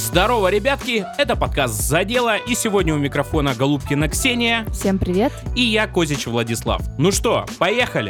Здорово, ребятки, это подкаст «За дело», и сегодня у микрофона Голубкина Ксения. Всем привет. И я, Козич Владислав. Ну что, поехали?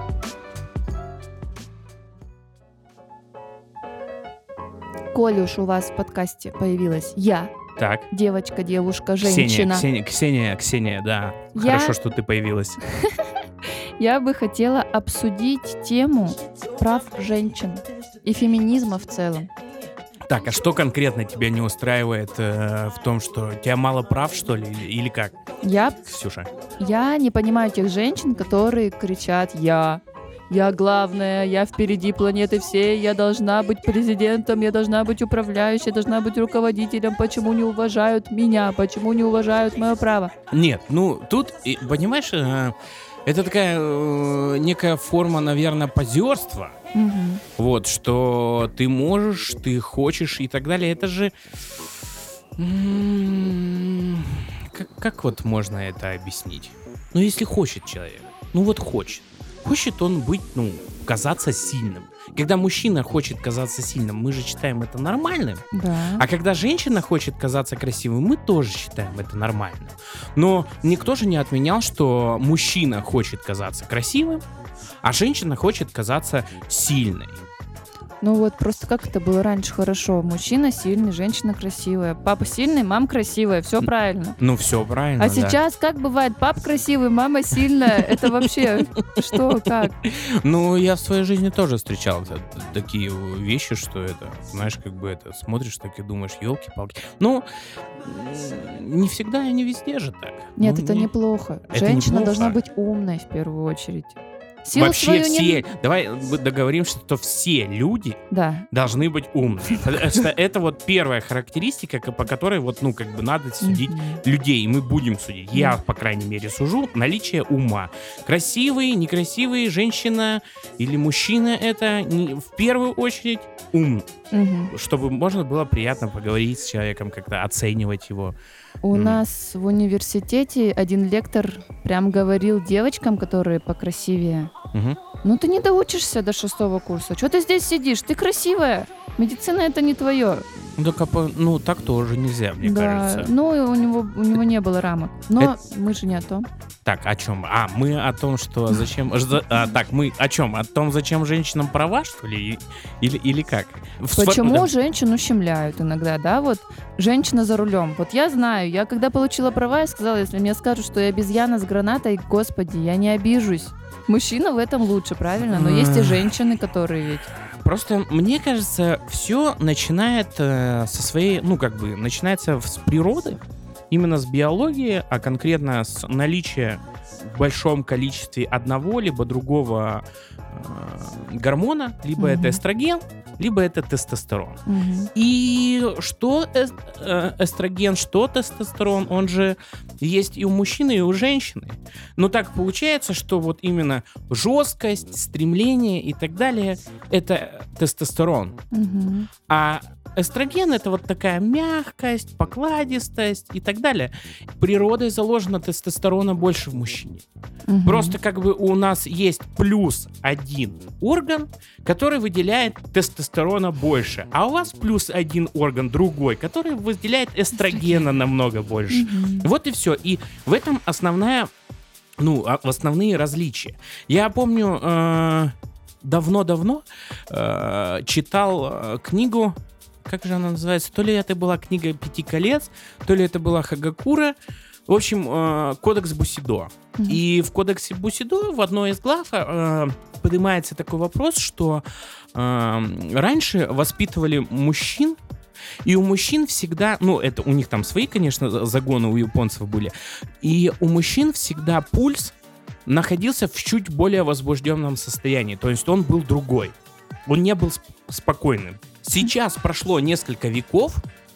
Коль уж у вас в подкасте появилась я, Так. девочка, девушка, женщина. Ксения, да. Хорошо, что ты появилась. Я бы хотела обсудить тему прав женщин и феминизма в целом. Так, а что конкретно тебя не устраивает в том, что тебя мало прав, что ли, или как, Ксюша? Я не понимаю тех женщин, которые кричат «Я главная, я впереди планеты всей, я должна быть президентом, я должна быть управляющей, я должна быть руководителем, почему не уважают меня, почему не уважают мое право». Нет, ну тут, понимаешь, это такая некая форма, наверное, позерства. Вот, что ты можешь, ты хочешь и так далее. Это же... Как вот можно это объяснить? Ну, если хочет человек, ну вот хочет. Хочет он быть, казаться сильным. Когда мужчина хочет казаться сильным, мы же считаем это нормальным. Да. А когда женщина хочет казаться красивой, мы тоже считаем это нормальным. Но никто же не отменял, что мужчина хочет казаться красивым, а женщина хочет казаться сильной. Ну вот просто как это было раньше хорошо. Мужчина сильный, женщина красивая. Папа сильный, мама красивая. Все правильно. Ну, все правильно, А да. сейчас как бывает? Папа красивый, мама сильная. Это вообще что, как? Ну, я в своей жизни тоже встречал такие вещи, что это, знаешь, как бы это, смотришь так и думаешь, елки-палки. Ну, не всегда и не везде же так. Нет, Ну, это неплохо. это Женщина неплохо. должна быть умной в первую очередь. Силу Вообще свою все, давай договоримся, что все люди Да. должны быть умными. Потому что это вот первая характеристика, по которой вот, надо судить людей. И мы будем судить. Я, по крайней мере, сужу наличие ума. Красивый, некрасивый, женщина или мужчина — это в первую очередь ум. Чтобы можно было приятно поговорить с человеком, как-то оценивать его. У нас в университете один лектор прям говорил девочкам, которые покрасивее: ну ты не доучишься до 6 курса. Что ты здесь сидишь? Ты красивая. Медицина — это не твое. Так тоже нельзя, мне Да, кажется. ну и у него не было рамок. Но мы же не о том. Так, о чем? Мы о том, что зачем... мы о чем? О том, зачем женщинам права, что ли? Или как? Почему женщин ущемляют иногда, да? Вот женщина за рулем. Вот я знаю, я когда получила права, я сказала, если мне скажут, что я обезьяна с гранатой, господи, я не обижусь. Мужчина в этом лучше, правильно? Но есть и женщины, которые ведь... Просто, мне кажется, все начинает со своей... начинается с природы, именно с биологии, а конкретно с наличия в большом количестве одного либо другого гормона, либо это эстроген, либо это тестостерон. И что эстроген, что тестостерон, он же есть и у мужчины, и у женщины. Но так получается, что вот именно жесткость, стремление и так далее — это тестостерон. А эстроген — это вот такая мягкость, покладистость и так далее. Природой заложено тестостерона больше в мужчине. Просто как бы у нас есть плюс один орган, который выделяет тестостерона больше, а у вас плюс один орган другой, который выделяет эстрогена намного больше. Вот и все. И в этом основные различия. Я помню, давно-давно читал книгу, как же она называется? То ли это была книга «Пяти колец», то ли это была Хагакура. В общем, кодекс Бусидо. И в кодексе Бусидо в одной из глав поднимается такой вопрос, что раньше воспитывали мужчин, и у мужчин всегда, это у них там свои, конечно, загоны у японцев были, и у мужчин всегда пульс находился в чуть более возбужденном состоянии, то есть он был другой, он не был спокойным. Сейчас прошло несколько веков,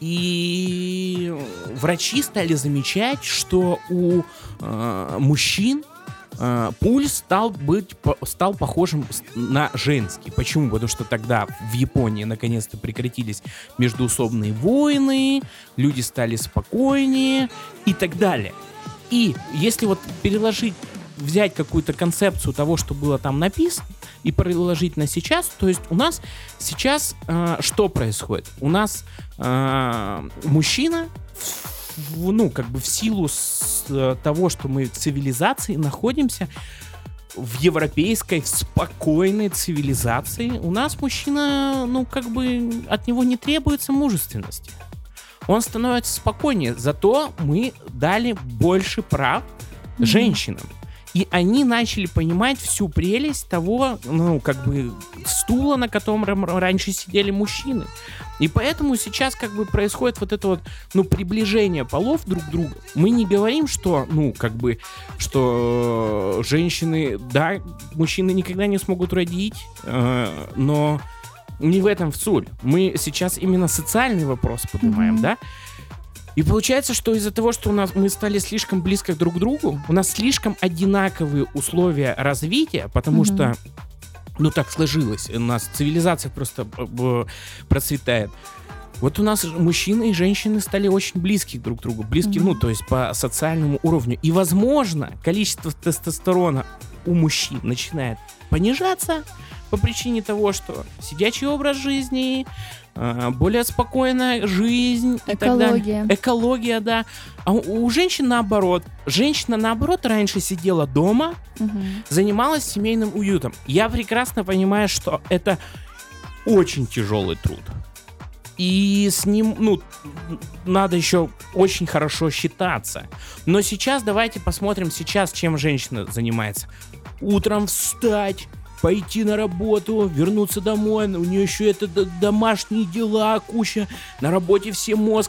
и врачи стали замечать, что у мужчин пульс стал похожим на женский. Почему? Потому что тогда в Японии наконец-то прекратились междоусобные войны, люди стали спокойнее и так далее. И если вот переложить взять какую-то концепцию того, что было там написано, и переложить на сейчас, то есть у нас сейчас что происходит? У нас мужчина, в силу того, что мы в цивилизации находимся, в европейской, в спокойной цивилизации, у нас мужчина, от него не требуется мужественности. Он становится спокойнее, зато мы дали больше прав женщинам. И они начали понимать всю прелесть того, стула, на котором раньше сидели мужчины. И поэтому сейчас происходит вот это приближение полов друг к другу. Мы не говорим, что, что женщины, да, мужчины никогда не смогут родить, но не в этом суть. Мы сейчас именно социальный вопрос поднимаем, да? И получается, что из-за того, что мы стали слишком близко друг к другу, у нас слишком одинаковые условия развития, потому что, так сложилось, у нас цивилизация просто процветает. Вот у нас мужчины и женщины стали очень близки друг к другу, то есть по социальному уровню. И, возможно, количество тестостерона у мужчин начинает понижаться по причине того, что сидячий образ жизни, более спокойная жизнь и так далее. Экология, да. А у женщин наоборот. Женщина, наоборот, раньше сидела дома, занималась семейным уютом. Я прекрасно понимаю, что это очень тяжелый труд. И с ним, надо еще очень хорошо считаться. Но сейчас давайте посмотрим чем женщина занимается. Утром встать, пойти на работу, вернуться домой, у нее еще домашние дела куча, на работе все мозг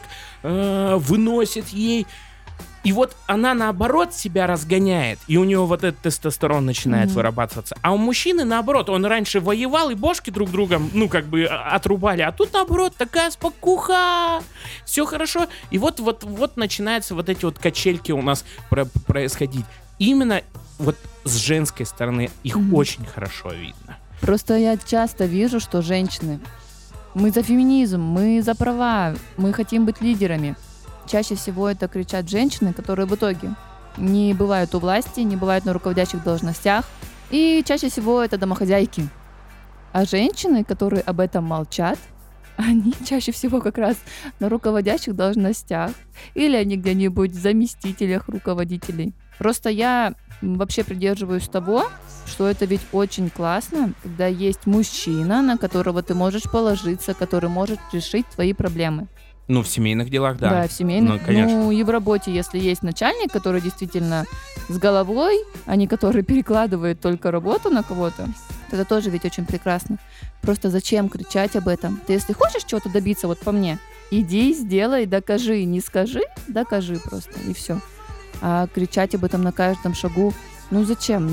выносит ей. И вот она наоборот себя разгоняет, и у него вот этот тестостерон начинает вырабатываться. А у мужчины наоборот, он раньше воевал, и бошки друг другом, отрубали, а тут наоборот такая спокуха, все хорошо. И вот начинаются вот эти качельки у нас происходить. Именно вот с женской стороны их очень хорошо видно. Просто я часто вижу, что женщины, мы за феминизм, мы за права, мы хотим быть лидерами. Чаще всего это кричат женщины, которые в итоге не бывают у власти, не бывают на руководящих должностях. И чаще всего это домохозяйки. А женщины, которые об этом молчат, они чаще всего как раз на руководящих должностях. Или они где-нибудь в заместителях руководителей. Просто я вообще придерживаюсь того, что это ведь очень классно, когда есть мужчина, на которого ты можешь положиться, который может решить твои проблемы. В семейных делах, да. Да, в семейных. Конечно. И в работе, если есть начальник, который действительно с головой, а не который перекладывает только работу на кого-то, это тоже ведь очень прекрасно. Просто зачем кричать об этом? Ты если хочешь чего-то добиться, вот по мне, иди, сделай, докажи. Не скажи, докажи просто, и все. А кричать об этом на каждом шагу, зачем?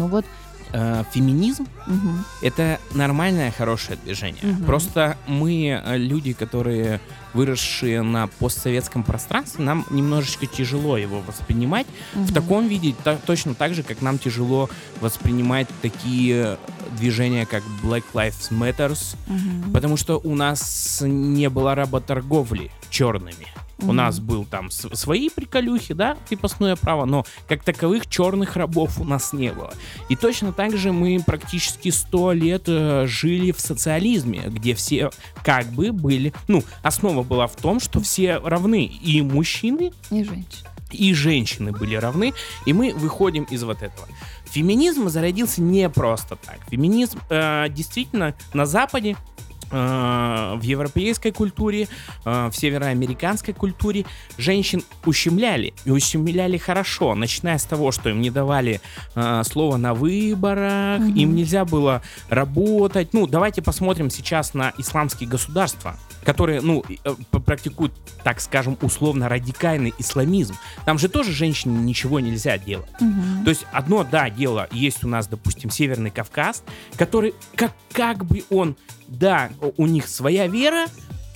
Феминизм это нормальное, хорошее движение. Просто мы, люди, которые выросшие на постсоветском пространстве, нам немножечко тяжело его воспринимать в таком виде, точно так же, как нам тяжело воспринимать такие движения, как Black Lives Matters, потому что у нас не было работорговли черными. У нас был там свои приколюхи, да, крепостное право, но как таковых черных рабов у нас не было. И точно так же мы практически 100 лет жили в социализме, где все были, основа была в том, что все равны, и мужчины, и женщины были равны, и мы выходим из вот этого. Феминизм зародился не просто так. Феминизм действительно на Западе, в европейской культуре, в североамериканской культуре женщин ущемляли. И ущемляли хорошо, начиная с того, что им не давали слова на выборах, им нельзя было работать. Давайте посмотрим сейчас на исламские государства, которые, практикуют, так скажем, условно радикальный исламизм. Там же тоже женщине ничего нельзя делать. То есть одно, дело есть у нас, допустим, Северный Кавказ, который как бы он, у них своя вера,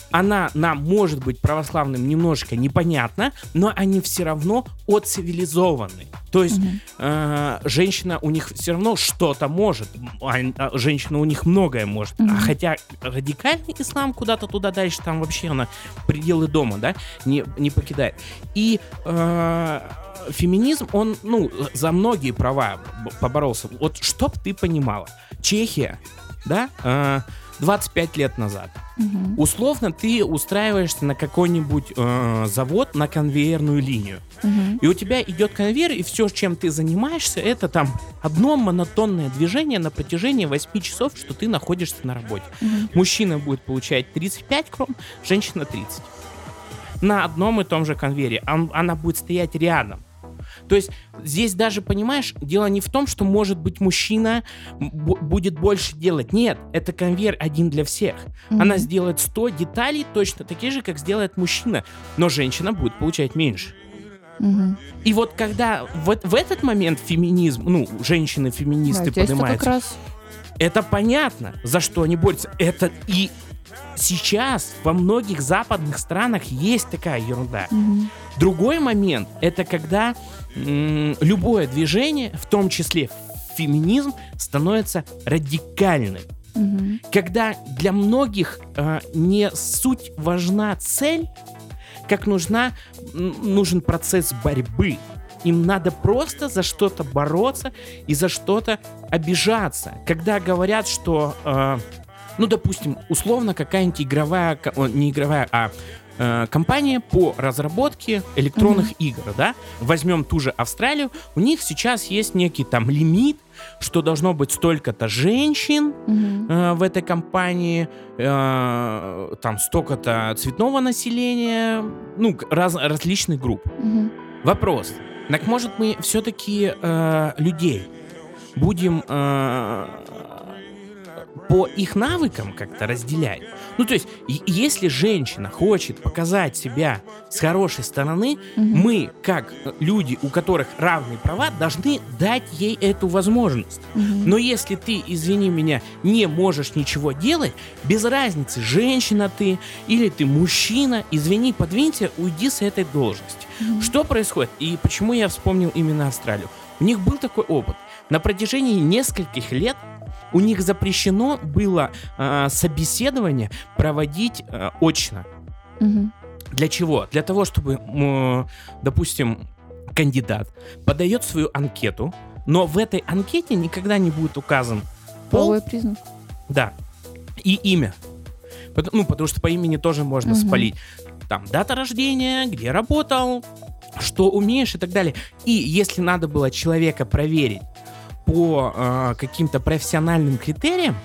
она нам может быть православным немножко непонятна, но они все равно отцивилизованы. То есть женщина у них все равно что-то может, женщина у них многое может. Хотя радикальный ислам куда-то туда дальше, там вообще она пределы дома, да, не покидает. И феминизм, он, за многие права поборолся. Вот чтоб ты понимала, Чехия, да, 25 лет назад. Условно ты устраиваешься на какой-нибудь завод на конвейерную линию. И у тебя идет конвейер, и все, чем ты занимаешься, это там одно монотонное движение на протяжении 8 часов, что ты находишься на работе. Мужчина будет получать 35 крон, женщина 30. На одном и том же конвейере. Она будет стоять рядом. То есть здесь даже, понимаешь, дело не в том, что, может быть, мужчина будет больше делать. Нет, это конвейер один для всех. Она сделает 100 деталей точно такие же, как сделает мужчина, но женщина будет получать меньше. И вот когда в этот момент феминизм, женщины-феминисты поднимаются, это понятно, за что они борются. Это и сейчас во многих западных странах есть такая ерунда. Другой момент, это когда любое движение, в том числе феминизм, становится радикальным. Когда для многих не суть важна цель, как нужен процесс борьбы. Им надо просто за что-то бороться и за что-то обижаться. Когда говорят, что, допустим, условно какая-нибудь компания по разработке электронных игр, да? Возьмем ту же Австралию, у них сейчас есть некий там лимит, что должно быть столько-то женщин в этой компании, там столько-то цветного населения, различных групп. Вопрос, так может мы все-таки людей будем по их навыкам как-то разделять? То есть, если женщина хочет показать себя с хорошей стороны, мы, как люди, у которых равные права, должны дать ей эту возможность. Но если ты, извини меня, не можешь ничего делать, без разницы, женщина ты или ты мужчина, извини, подвинься, уйди с этой должности. Что происходит? И почему я вспомнил именно Австралию? У них был такой опыт. На протяжении нескольких лет у них запрещено было собеседование проводить очно. Для чего? Для того, чтобы, допустим, кандидат подает свою анкету, но в этой анкете никогда не будет указан пол. Половой признак. Да. И имя. Потому что по имени тоже можно спалить. Там дата рождения, где работал, что умеешь и так далее. И если надо было человека проверить по каким-то профессиональным критериям,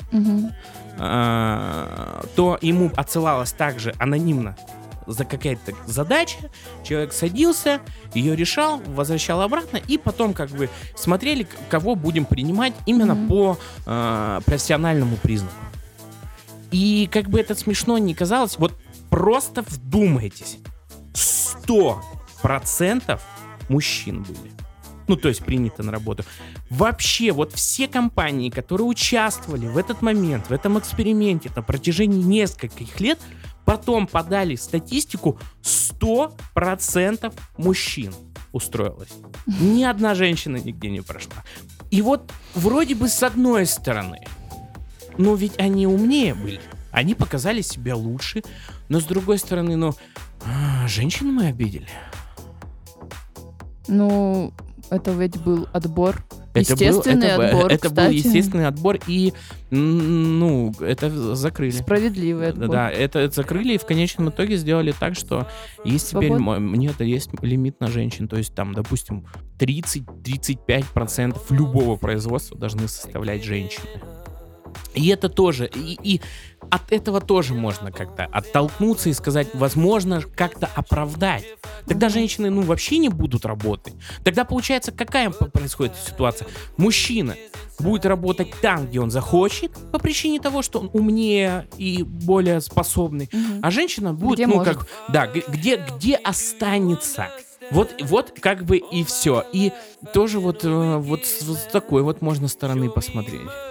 то ему отсылалось также анонимно за какая-то задача, человек садился, ее решал, возвращал обратно, и потом как бы смотрели, кого будем принимать именно по профессиональному признаку. И как бы это смешно не казалось, вот просто вдумайтесь, 100% мужчин были. То есть принято на работу. Вообще, вот все компании, которые участвовали в этот момент, в этом эксперименте на протяжении нескольких лет, потом подали статистику, 100% мужчин устроилось. Ни одна женщина нигде не прошла. И вот вроде бы с одной стороны, ведь они умнее были. Они показали себя лучше. Но с другой стороны, женщин мы обидели. Это ведь был отбор. Естественный отбор, это был естественный отбор, и это закрыли. Справедливый отбор. Да, это закрыли, и в конечном итоге сделали так, что есть теперь есть лимит на женщин. То есть там, допустим, 30-35% любого производства должны составлять женщины. И это тоже, и от этого тоже можно как-то оттолкнуться и сказать, возможно, как-то оправдать. Тогда женщины, вообще не будут работать. Тогда получается, какая происходит ситуация? Мужчина будет работать там, где он захочет, по причине того, что он умнее и более способный, а женщина будет, где останется. Вот как бы и все. И тоже вот с такой вот можно стороны посмотреть.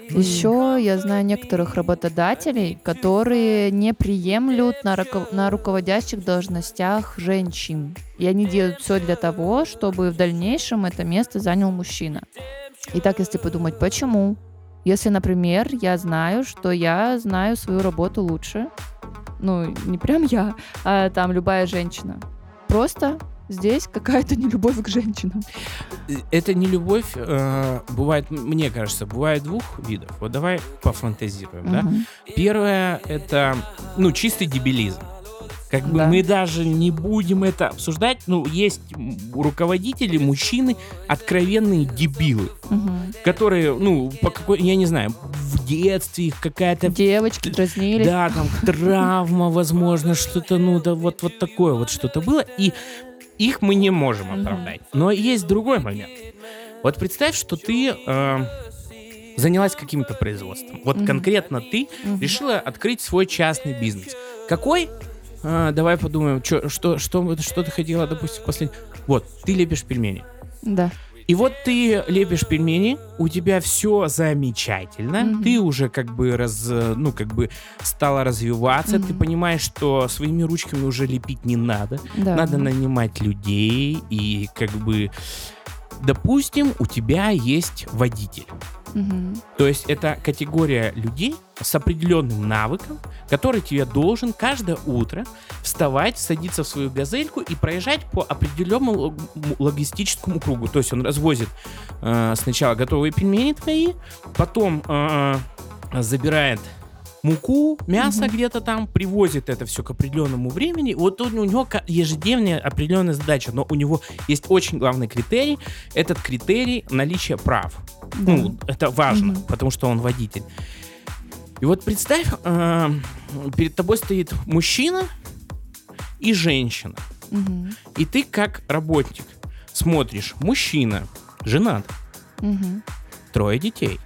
Еще я знаю некоторых работодателей, которые не приемлют на руководящих должностях женщин. И они делают все для того, чтобы в дальнейшем это место занял мужчина. Итак, если подумать, почему? Если, например, я знаю, что я знаю свою работу лучше, ну, не прям я, а там любая женщина. Просто здесь какая-то нелюбовь к женщинам. Это не любовь, бывает, мне кажется, бывает двух видов. Вот давай пофантазируем, да? Первое — это, чистый дебилизм. Как бы Да. мы даже не будем это обсуждать. Есть руководители, мужчины, откровенные дебилы, которые, по какой, я не знаю, в детстве их какая-то... Девочки дразнили. Да, там травма, возможно, что-то, да, вот такое вот что-то было, и их мы не можем оправдать. Но есть другой момент. Вот представь, что ты занялась каким-то производством. Вот конкретно ты решила открыть свой частный бизнес. Какой? Давай подумаем, что ты хотела, допустим, последний. Вот, ты лепишь пельмени. Да. И вот ты лепишь пельмени, у тебя все замечательно, ты уже стала развиваться, ты понимаешь, что своими ручками уже лепить не надо, Да. надо нанимать людей, и допустим, у тебя есть водитель. То есть это категория людей с определенным навыком, который тебе должен каждое утро вставать, садиться в свою газельку и проезжать по определенному логистическому кругу. То есть он развозит сначала готовые пельмени твои, потом забирает муку, мясо где-то там, привозит это все к определенному времени. Вот у него ежедневная определенная задача, но у него есть очень главный критерий. Этот критерий — наличие прав. Это важно, потому что он водитель. И вот представь, перед тобой стоит мужчина и женщина. И ты как работник смотришь: мужчина женат, 3 детей.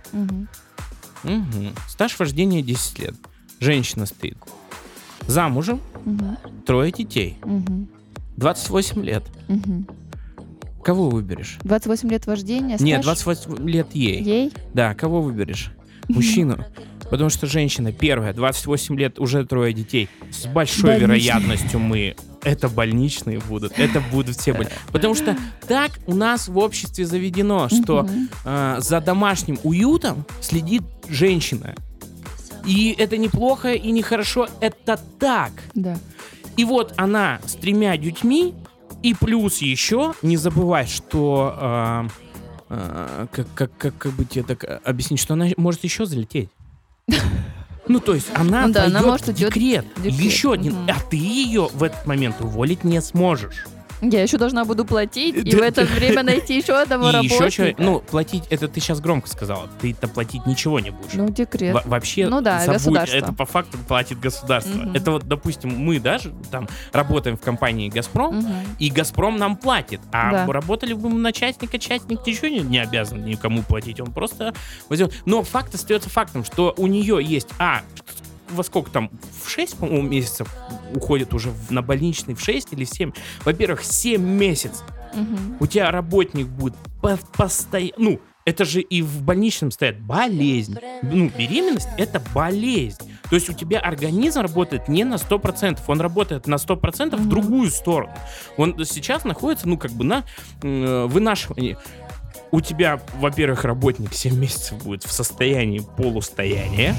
Стаж вождения 10 лет. Женщина стоит замужем, 3 детей, 28 лет. Кого выберешь? 28 лет вождения, стаж? Нет, 28 лет ей. Ей? Да, кого выберешь? Мужчину. Потому что женщина первая, 28 лет, уже 3 детей. С большой вероятностью это больничные будут. Это будут все больничные. Потому что так у нас в обществе заведено, что за домашним уютом следит женщина. И это неплохо и нехорошо. Это так. Да. И вот она с 3 детьми, и плюс еще не забывай, что как бы тебе так объяснить, что она может еще залететь. То есть она пойдет может в декрет. декрет. Еще один. А ты ее в этот момент уволить не сможешь. Я еще должна буду платить, и в это время найти еще одного И работника. еще человек, платить, это ты сейчас громко сказала, ты-то платить ничего не будешь. Декрет. Вообще, да, забудь, государство. это по факту платит государство. Это вот, допустим, мы даже там работаем в компании «Газпром», и «Газпром» нам платит, а Да. работали бы мы на частника, частник ничего не обязан никому платить, он просто возьмет. Но факт остается фактом, что у нее есть, во сколько там, в 6, по-моему, месяцев уходит уже на больничный, в 6 или в 7. Во-первых, 7 месяцев у тебя работник будет постоянно. Это же и в больничном стоит болезнь. Беременность — это болезнь. То есть у тебя организм работает не на 100%, он работает на 100% в другую сторону. Он сейчас находится, на вынашивании. У тебя, во-первых, работник 7 месяцев будет в состоянии полустояния.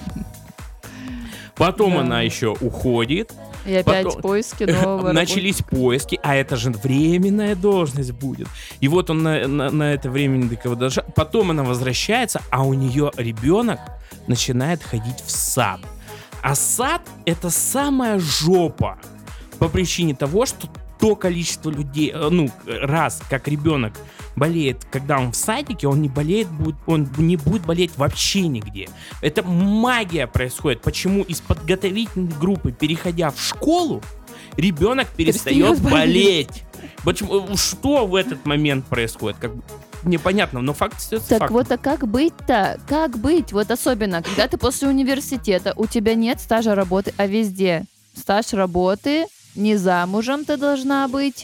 Потом она еще уходит. И опять поиски нового. Начались поиски, а это же временная должность будет. И вот он на это время дожил. Потом она возвращается, а у нее ребенок начинает ходить в сад. А сад — это самая жопа по причине того, что то количество людей, раз как ребенок болеет, когда он в садике, он не будет болеть вообще нигде. Это магия происходит. Почему из подготовительной группы, переходя в школу, ребенок перестает болеть? Почему? Что в этот момент происходит? Непонятно, но факт остается Так фактом. вот, а как быть-то? Как быть? Вот особенно, когда ты после университета, у тебя нет стажа работы, а везде стаж работы, не замужем ты должна быть,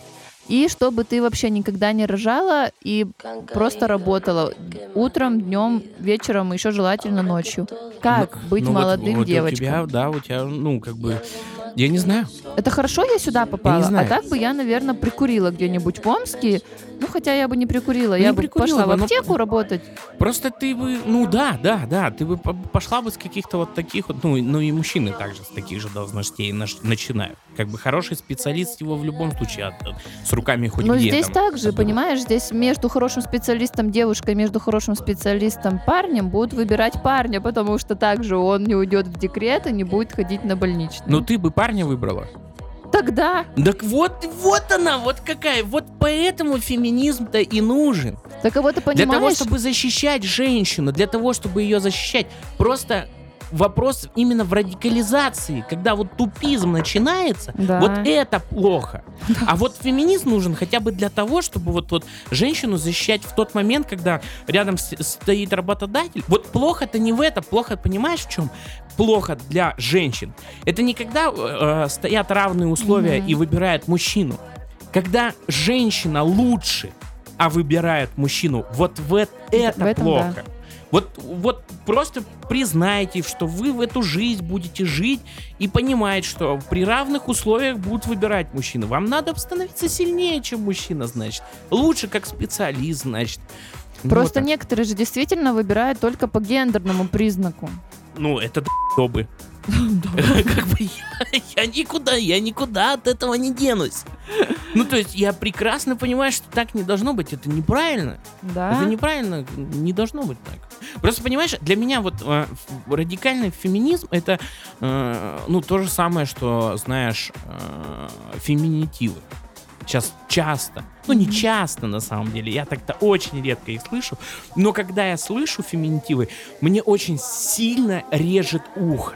И чтобы ты вообще никогда не рожала и просто работала утром, днем, вечером, еще желательно ночью. Как быть Ну молодым вот девочкам? у тебя, да, у тебя, ну, как бы, я не знаю. Это хорошо, я сюда попала. знаю. А так бы я, наверное, прикурила где-нибудь в Омске. Ну, хотя я бы не прикурила. Не Я бы прикурила пошла бы, в но- аптеку работать. Просто ты бы, ну да, ты бы пошла бы с каких-то вот таких вот, ну и мужчины также с таких же должностей начинают. Как бы хороший специалист его в любом случае с руками хоть Но где здесь там. так же, понимаешь, здесь между хорошим специалистом девушкой, между хорошим специалистом парнем будут выбирать парня, потому что также он не уйдет в декрет и не будет ходить на больничный. Ну ты бы парня выбрала. Тогда, Так вот она, вот какая, вот поэтому феминизм-то и нужен. так а вот ты Для того, понимаешь, чтобы защищать женщину, для того, чтобы ее защищать. Просто вопрос именно в радикализации, когда вот тупизм начинается, Да. вот это плохо. А вот феминизм нужен хотя бы для того, чтобы вот женщину защищать в тот момент, когда рядом стоит работодатель. Вот плохо-то не в этом, плохо, понимаешь, в чем? Плохо для женщин. Это не когда стоят равные условия и выбирают мужчину. Когда женщина лучше, а выбирает мужчину, вот это в этом плохо. да. Вот просто признайте, что вы в эту жизнь будете жить и понимать, что при равных условиях будут выбирать мужчину. Вам надо становиться сильнее, чем мужчина, значит. Лучше как специалист, значит. Ну, Просто вот так. некоторые же действительно выбирают только по гендерному признаку. Ну, это добы. Как бы я никуда от этого не денусь. Ну, то есть я прекрасно понимаю, что так не должно быть. Это неправильно. Да. Это неправильно, не должно быть так. Просто, понимаешь, для меня вот радикальный феминизм это, ну, то же самое, что, знаешь, феминитивы. Сейчас часто, ну не часто на самом деле, я так-то очень редко их слышу, но когда я слышу феминитивы, мне очень сильно режет ухо.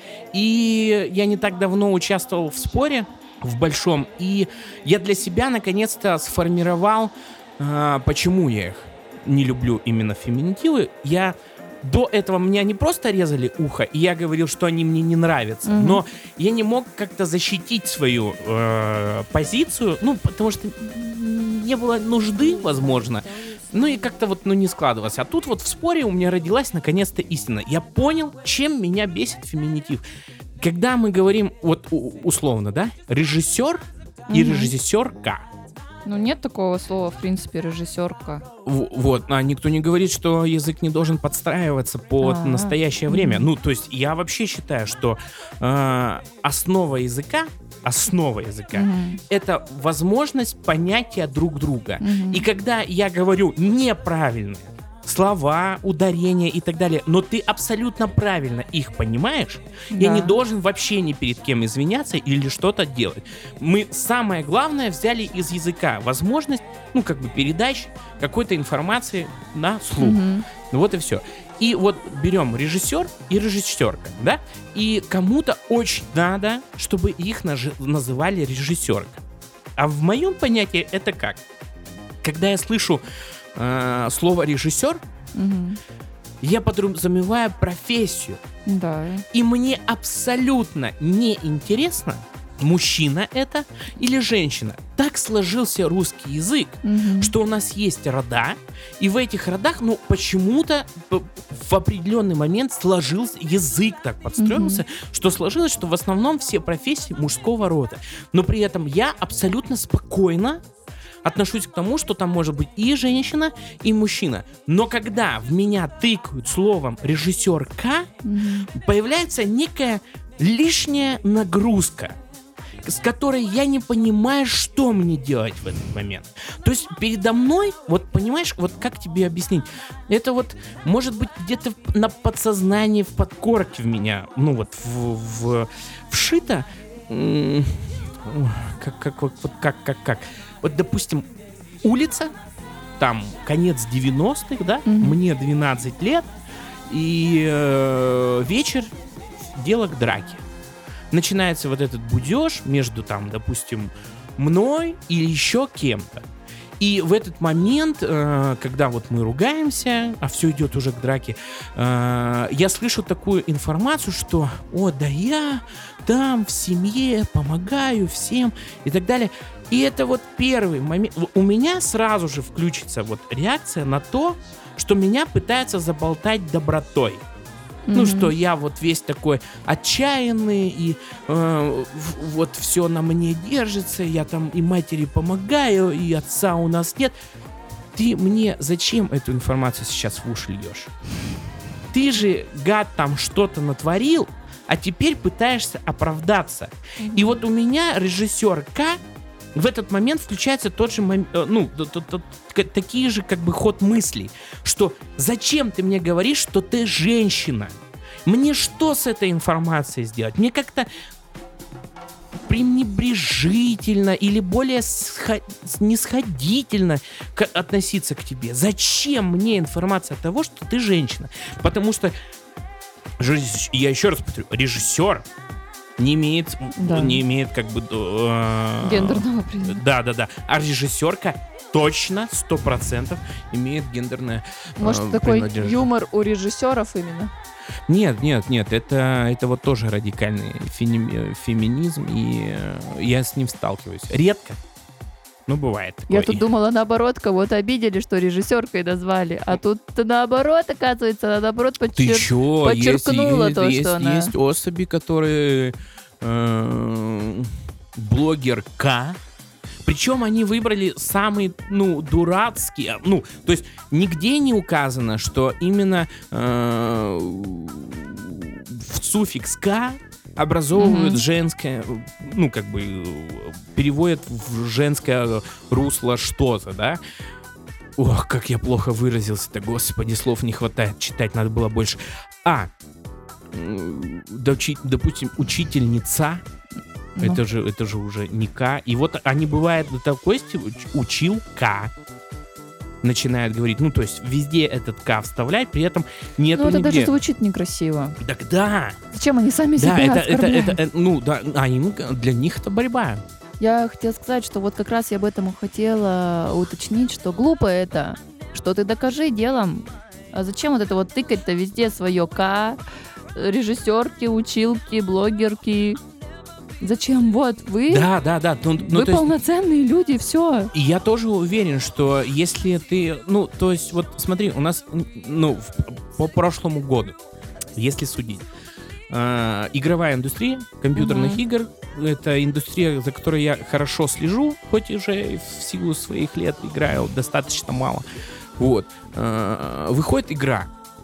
И я не так давно участвовал в споре, в большом, и я для себя наконец-то сформировал, почему я их не люблю именно феминитивы. До этого меня не просто резали ухо, и я говорил, что они мне не нравятся, но я не мог как-то защитить свою позицию, ну, потому что не было нужды, возможно, ну и как-то вот, ну, не складывалось. А тут вот в споре у меня родилась наконец-то истина. Я понял, чем меня бесит феминитив. Когда мы говорим, вот условно, да, режиссер и режиссерка. Ну, нет такого слова, в принципе, режиссерка. Вот, а никто не говорит, что язык не должен подстраиваться под настоящее время. Ну, то есть я вообще считаю, что основа языка это возможность понятия друг друга. И когда я говорю неправильные слова, ударения и так далее, но ты абсолютно правильно их понимаешь, я Да. не должен вообще ни перед кем извиняться или что-то делать. Мы самое главное взяли из языка возможность, ну, как бы передачи какой-то информации на слух. Ну вот и все. И вот берем режиссер и режиссерка, да? И кому-то очень надо, чтобы их называли режиссерка. А в моем понятии это как? Когда я слышу слово режиссер, я подразумеваю профессию. Да. И мне абсолютно не интересно, мужчина это или женщина. Так сложился русский язык, что у нас есть рода, и в этих родах, ну, почему-то в определенный момент сложился язык, так подстроился, что сложилось, что в основном все профессии мужского рода. Но при этом я абсолютно спокойно отношусь к тому, что там может быть и женщина, и мужчина. Но когда в меня тыкают словом режиссерка, появляется некая лишняя нагрузка, с которой я не понимаю, что мне делать в этот момент. То есть передо мной, вот понимаешь, вот как тебе объяснить, это вот может быть где-то на подсознании, в подкорке в меня, ну вот вшито, как. Вот, допустим, улица, там конец 90-х, да, мне 12 лет, и вечер, дело к драке. Начинается вот этот будеж между, там, допустим, мной или еще кем-то. И в этот момент, когда вот мы ругаемся, а все идет уже к драке, я слышу такую информацию, что «О, да я там в семье помогаю всем» и так далее. И это вот первый момент. У меня сразу же включится вот реакция на то, что меня пытаются заболтать добротой. Ну, что я вот весь такой отчаянный, и вот все на мне держится, я там и матери помогаю, и отца у нас нет. Ты мне зачем эту информацию сейчас в уши льешь? Ты же, гад, там что-то натворил, а теперь пытаешься оправдаться. И вот у меня режиссер К в этот момент включается тот же такие же как бы ход мыслей, что зачем ты мне говоришь, что ты женщина? Мне что с этой информацией сделать? Мне как-то пренебрежительно или более снисходительно относиться к тебе. Зачем мне информация того, что ты женщина? Потому что, я еще раз повторю, режиссер не имеет как бы гендерного признака. Да. А режиссерка точно 100% имеет гендерное Может, такой юмор у режиссеров именно? Нет, это вот тоже радикальный феминизм, и я с ним сталкиваюсь. Редко, но бывает такое. Я тут думала, наоборот, кого-то обидели, что режиссеркой назвали, а тут наоборот, оказывается, она наоборот подчеркнула то, что она... Есть особи, которые блогерка. Причем они выбрали самые, дурацкие, то есть нигде не указано, что именно в суффикс «к» образовывают женское, переводят в женское русло что-то, да? Ох, как я плохо выразился-то, господи, слов не хватает, читать надо было больше. Допустим, учительница. Это же уже не К. И вот они бывают до такой степени, училка начинает говорить, то есть везде этот К вставлять, при этом нету это нигде. даже звучит некрасиво. Так да. Зачем они сами себя оскорбляют? Для них это борьба. Я хотела сказать, что вот как раз я об этом хотела уточнить, что глупо это, что ты докажи делом. А зачем вот это вот тыкать-то везде свое К, режиссерки, училки, блогерки? Зачем? Вот вы? Да. Вы полноценные люди, все. И я тоже уверен, что если ты... то есть, вот смотри, у нас, по прошлому году, если судить, игровая индустрия компьютерных игр, это индустрия, за которой я хорошо слежу, хоть уже в силу своих лет играю достаточно мало. Вот. Выходит игра.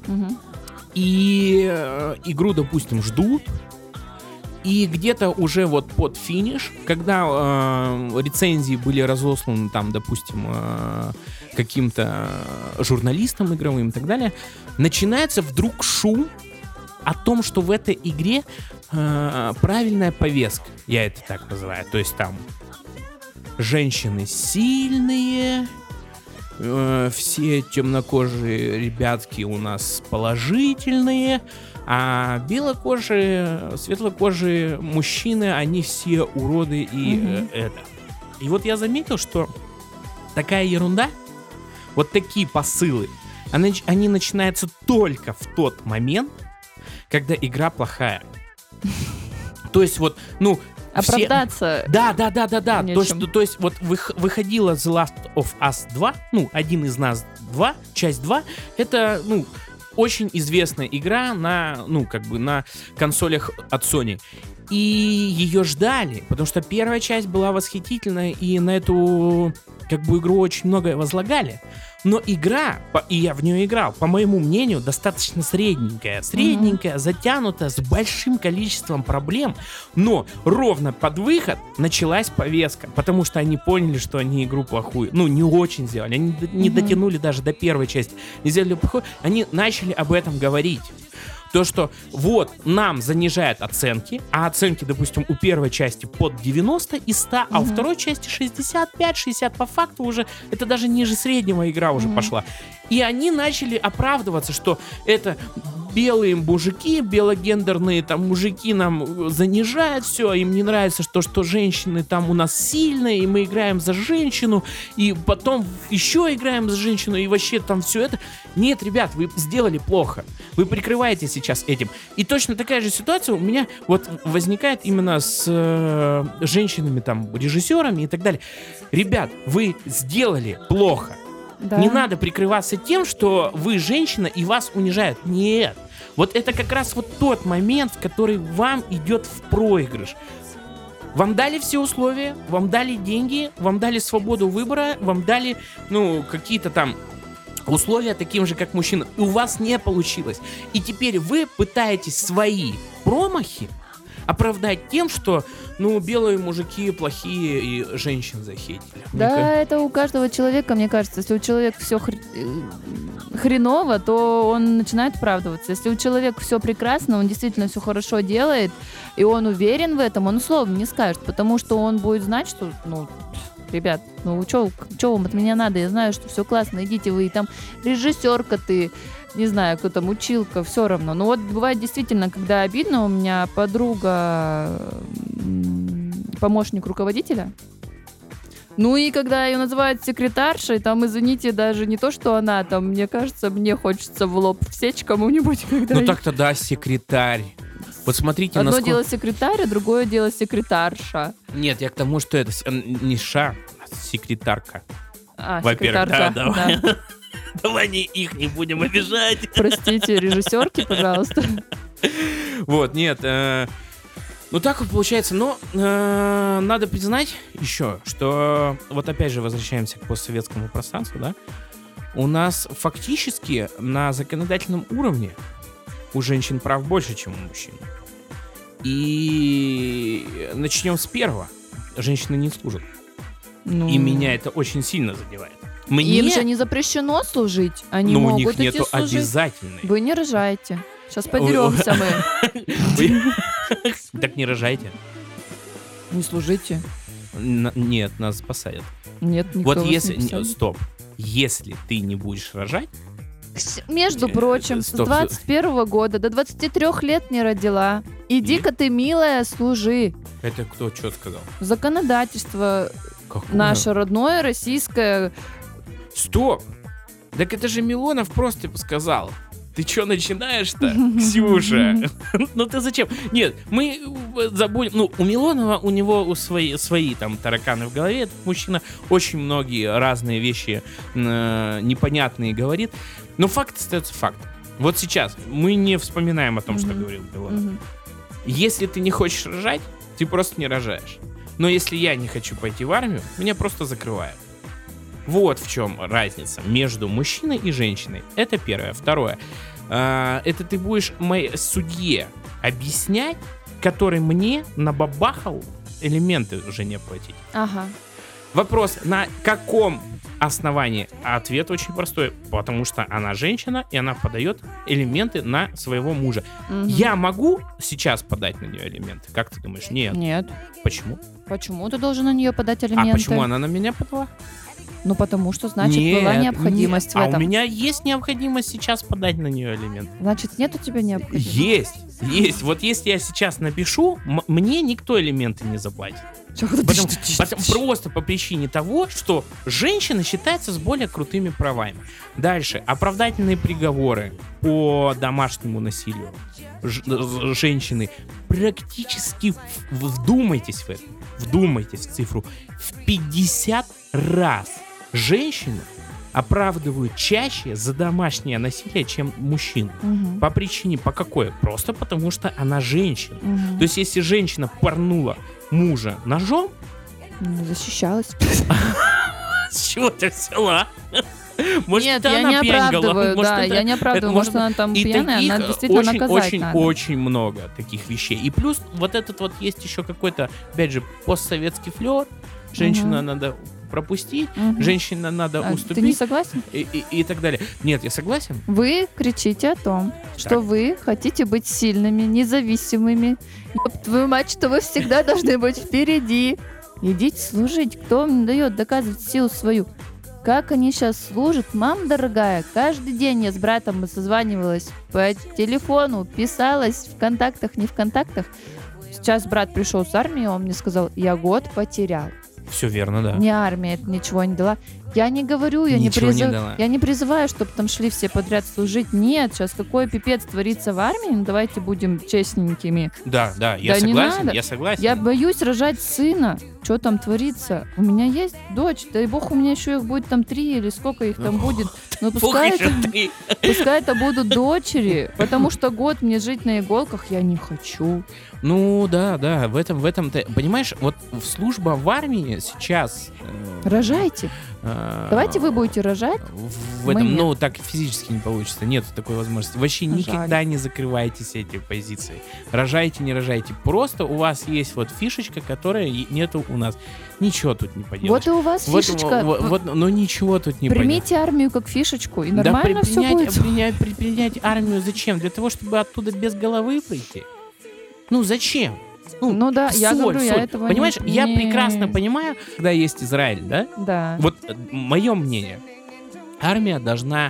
И игру, допустим, ждут. И где-то уже вот под финиш, когда рецензии были разосланы там, допустим, каким-то журналистам игровым и так далее, начинается вдруг шум о том, что в этой игре правильная повестка, я это так называю. То есть там женщины сильные, все темнокожие ребятки у нас положительные, а белокожие, светлокожие мужчины, они все уроды и это. И вот я заметил, что такая ерунда, вот такие посылы, они начинаются только в тот момент, когда игра плохая. То есть вот, оправдаться. Да. То есть вот выходила The Last of Us 2, один из нас 2, часть 2, это, очень известная игра на, на консолях от Sony. И ее ждали, потому что первая часть была восхитительная, и на эту, игру очень многое возлагали. Но игра, и я в нее играл, по моему мнению, достаточно средненькая. Средненькая, затянутая, с большим количеством проблем. Но ровно под выход началась повестка, потому что они поняли, что они игру плохую, не очень сделали. Они не дотянули даже до первой части. Не сделали плохую. Они начали об этом говорить. То, что вот нам занижают оценки, а оценки, допустим, у первой части под 90 из 100, а у второй части 65-60, по факту уже это даже ниже среднего игра уже пошла. И они начали оправдываться, что это белые мужики, белогендерные там мужики нам занижают все, им не нравится, что женщины там у нас сильные, и мы играем за женщину, и потом еще играем за женщину, и вообще там все это. Нет, ребят, вы сделали плохо. Вы прикрываетесь сейчас этим. И точно такая же ситуация у меня вот возникает именно с женщинами, там, режиссерами и так далее. Ребят, вы сделали плохо. Да. Не надо прикрываться тем, что вы женщина и вас унижают. Нет. Вот это как раз вот тот момент, в который вам идет в проигрыш. Вам дали все условия, вам дали деньги, вам дали свободу выбора, вам дали, какие-то там условия таким же, как мужчина. И у вас не получилось. И теперь вы пытаетесь свои промахи оправдать тем, что, белые мужики плохие и женщин захейтили. Да, это у каждого человека, мне кажется. Если у человека все хреново, то он начинает оправдываться. Если у человека все прекрасно, он действительно все хорошо делает, и он уверен в этом, он словом не скажет, потому что он будет знать, что, ребят, что вам от меня надо? Я знаю, что все классно, идите вы, там, режиссерка ты, не знаю, кто там, училка, все равно. Но вот бывает действительно, когда обидно, у меня подруга, помощник руководителя, и когда ее называют секретаршей, там, извините, даже не то, что она, там, мне кажется, мне хочется в лоб всечь кому-нибудь, когда... так-то да, секретарь. Вот смотрите, одно дело секретарь, а другое дело секретарша. Нет, я к тому, что это не а секретарка. Во-первых, секретарка, давай. Давай их не будем обижать. Простите, режиссерки, пожалуйста. Вот, нет. Так вот получается. Но надо признать еще, что вот опять же возвращаемся к постсоветскому пространству, да? У нас фактически на законодательном уровне у женщин прав больше, чем у мужчин. И начнем с первого. Женщины не служат. И меня это очень сильно задевает. Им же не запрещено служить. Они могут у них идти нету служить. обязательной. Вы не рожаете. Сейчас подеремся мы. Так не рожайте. Не служите. Нет, нас посадят. Нет, никто Вот вас если... не посадит. Стоп. Если ты не будешь рожать... Между прочим, с 21 года до 23 лет не родила. Иди-ка ты, милая, служи. Это кто что сказал? Законодательство Какое? наше родное, российское. Стоп! Так это же Милонов просто сказал. Ты что начинаешь-то, Ксюша? Ты зачем? Нет, мы забудем. У Милонова, у него свои там тараканы в голове. Этот мужчина очень многие разные вещи непонятные говорит. Но факт остается фактом. Вот сейчас мы не вспоминаем о том, что говорил Милонов. Если ты не хочешь рожать, ты просто не рожаешь. Но если я не хочу пойти в армию, меня просто закрывают. Вот в чем разница между мужчиной и женщиной. Это первое. Второе. Это ты будешь моей судье объяснять, который мне набабахал элементы жене платить. Ага. Вопрос, на каком основании? Ответ очень простой. Потому что она женщина, и она подает элементы на своего мужа. Я могу сейчас подать на нее элементы? Как ты думаешь? Нет. Нет. Почему? Почему ты должен на нее подать элементы? А почему она на меня подала? Потому что, значит, была необходимость в этом. А у меня есть необходимость сейчас подать на нее элементы. Значит, нет у тебя необходимости? Есть. Вот если я сейчас напишу, мне никто элементы не заплатит. Просто по причине того, что женщина считается с более крутыми правами. Дальше. Оправдательные приговоры по домашнему насилию женщины практически, вдумайтесь в это, вдумайтесь в цифру, в 50 раз женщины оправдывают чаще за домашнее насилие, чем мужчин. По причине, по какой? Просто потому, что она женщина. То есть, если женщина порнула мужа ножом... Защищалась. С чего ты взяла? Может, нет, я не оправдываю, я не оправдываю. Может, она там пьяная, она действительно наказать надо. Очень много таких вещей. И плюс вот этот вот есть еще какой-то, опять же, постсоветский флер. Женщину надо пропустить, женщина надо уступить. Ты не согласен? И так далее. Нет, я согласен. Вы кричите о том, что вы хотите быть сильными, независимыми. Ёб твою мать, что вы всегда должны быть впереди. Идите служить. Кто вам дает доказывать силу свою? как они сейчас служат. Мам дорогая, каждый день я с братом созванивалась по телефону, писалась в контактах, не в контактах. Сейчас брат пришел с армии, он мне сказал, я год потерял. Все верно, да. Мне армия это ничего не дала. Я не говорю, я Ничего не дала. я не призываю, чтобы там шли все подряд служить. Нет, сейчас какой пипец творится в армии, ну давайте будем честненькими. Да, я Да не согласен, надо. я согласен. Я боюсь рожать сына. Что там творится? У меня есть дочь, дай бог, у меня еще их будет там 3 или сколько их там будет. Но пускай это будут дочери, потому что год мне жить на иголках я не хочу. Ну да, в этом ты понимаешь, вот служба в армии сейчас. Рожайте. Давайте вы будете рожать. В этом, мы нет. ну, так физически не получится. Нет такой возможности. Вообще Жаль. никогда не закрывайтесь эти позиции. Рожайте, не рожайте. Просто у вас есть вот фишечка, которая нету у нас. Ничего тут не поделаешь. Вот и у вас Вот, фишечка. но ничего тут не поделаешь. Примите армию как фишечку, и Да нормально все будет. принять армию зачем? Для того, чтобы оттуда без головы прийти? Ну, зачем? Ну да, я говорю, я этого Понимаешь, не... я прекрасно понимаю, когда есть Израиль, да? Да. Вот мое мнение. Армия должна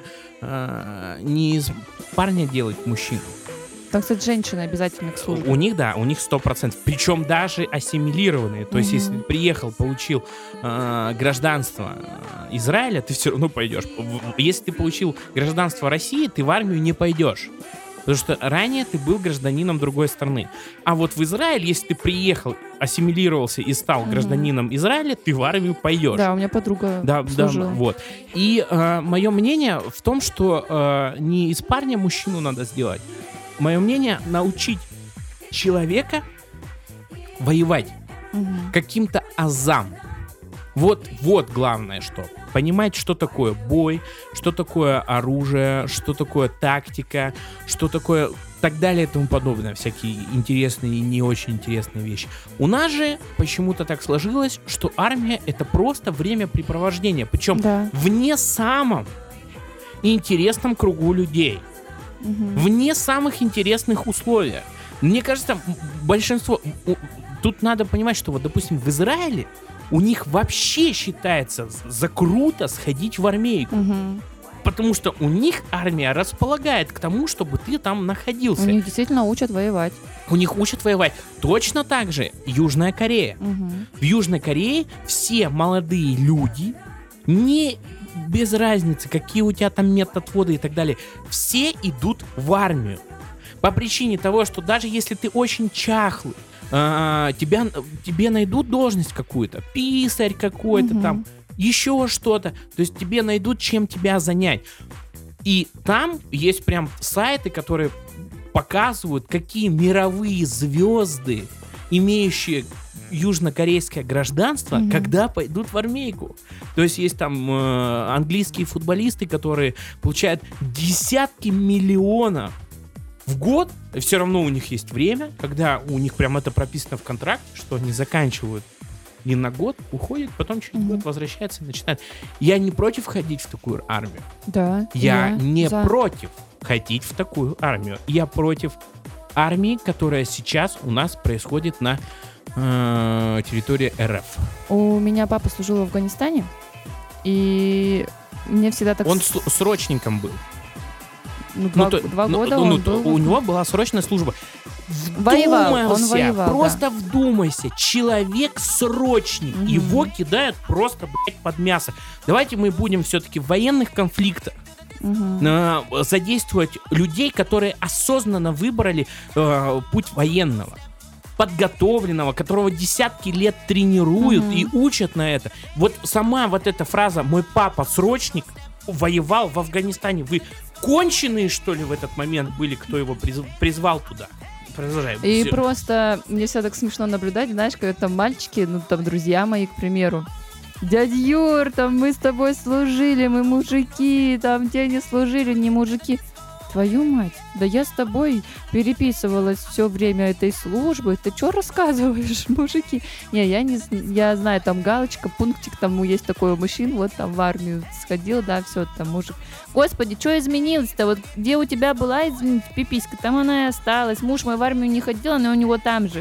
не из парня делать мужчину. Там, кстати, женщины обязательно к службе. У них 100%. Причем даже ассимилированные. То есть, если ты приехал, получил гражданство Израиля, ты все равно пойдешь. Если ты получил гражданство России, ты в армию не пойдешь. Потому что ранее ты был гражданином другой страны. А вот в Израиль, если ты приехал, ассимилировался и стал гражданином Израиля, ты в армию пойдешь. Да, у меня подруга служила. Вот. И мое мнение в том, что не из парня мужчину надо сделать. Мое мнение научить человека воевать каким-то азам. Вот главное что. Понимать, что такое бой, что такое оружие, что такое тактика, что такое так далее и тому подобное. Всякие интересные и не очень интересные вещи. У нас же почему-то так сложилось, что армия — это просто времяпрепровождение. Причем в не самом интересном кругу людей. В не самых интересных условиях. Мне кажется, большинство... Тут надо понимать, что вот, допустим, в Израиле у них вообще считается за круто сходить в армейку. Потому что у них армия располагает к тому, чтобы ты там находился. У них действительно учат воевать. У них учат воевать. Точно так же Южная Корея. В Южной Корее все молодые люди, не без разницы, какие у тебя там методводы и так далее, все идут в армию. По причине того, что даже если ты очень чахлый, тебе найдут должность какую-то, писарь какой-то там, еще что-то. То есть тебе найдут, чем тебя занять. И там есть прям сайты, которые показывают, какие мировые звезды, имеющие южнокорейское гражданство, когда пойдут в армейку. То есть там английские футболисты, которые получают десятки миллионов в год. Все равно у них есть время, когда у них прям это прописано в контракте, что они заканчивают не на год, уходят, потом через год возвращаются и начинают. Я не против ходить в такую армию. Да. Я не против ходить в такую армию. Я против армии, которая сейчас у нас происходит на территории РФ. У меня папа служил в Афганистане, и мне всегда так... Он срочником был. Два года он был. У него была срочная служба. Он воевал, просто вдумайся. Человек-срочник. Его кидают просто, блядь, под мясо. Давайте мы будем все-таки в военных конфликтах задействовать людей, которые осознанно выбрали путь военного, подготовленного, которого десятки лет тренируют и учат на это. Вот сама вот эта фраза «мой папа срочник воевал в Афганистане». Вы конченые, что ли, в этот момент были, кто его призвал туда? Продолжаем. И просто мне всегда так смешно наблюдать, знаешь, когда там мальчики, ну там друзья мои, к примеру, дядя Юр, там мы с тобой служили, мы мужики, там те не служили, не мужики. Твою мать, да я с тобой переписывалась все время этой службы. Ты что рассказываешь, мужики? Не, я знаю, там галочка, пунктик, там есть такой у мужчин, вот там в армию сходил, да, все, там мужик. Господи, что изменилось-то? Вот где у тебя была, извините, пиписька, там она и осталась. Муж мой в армию не ходил, но у него там же.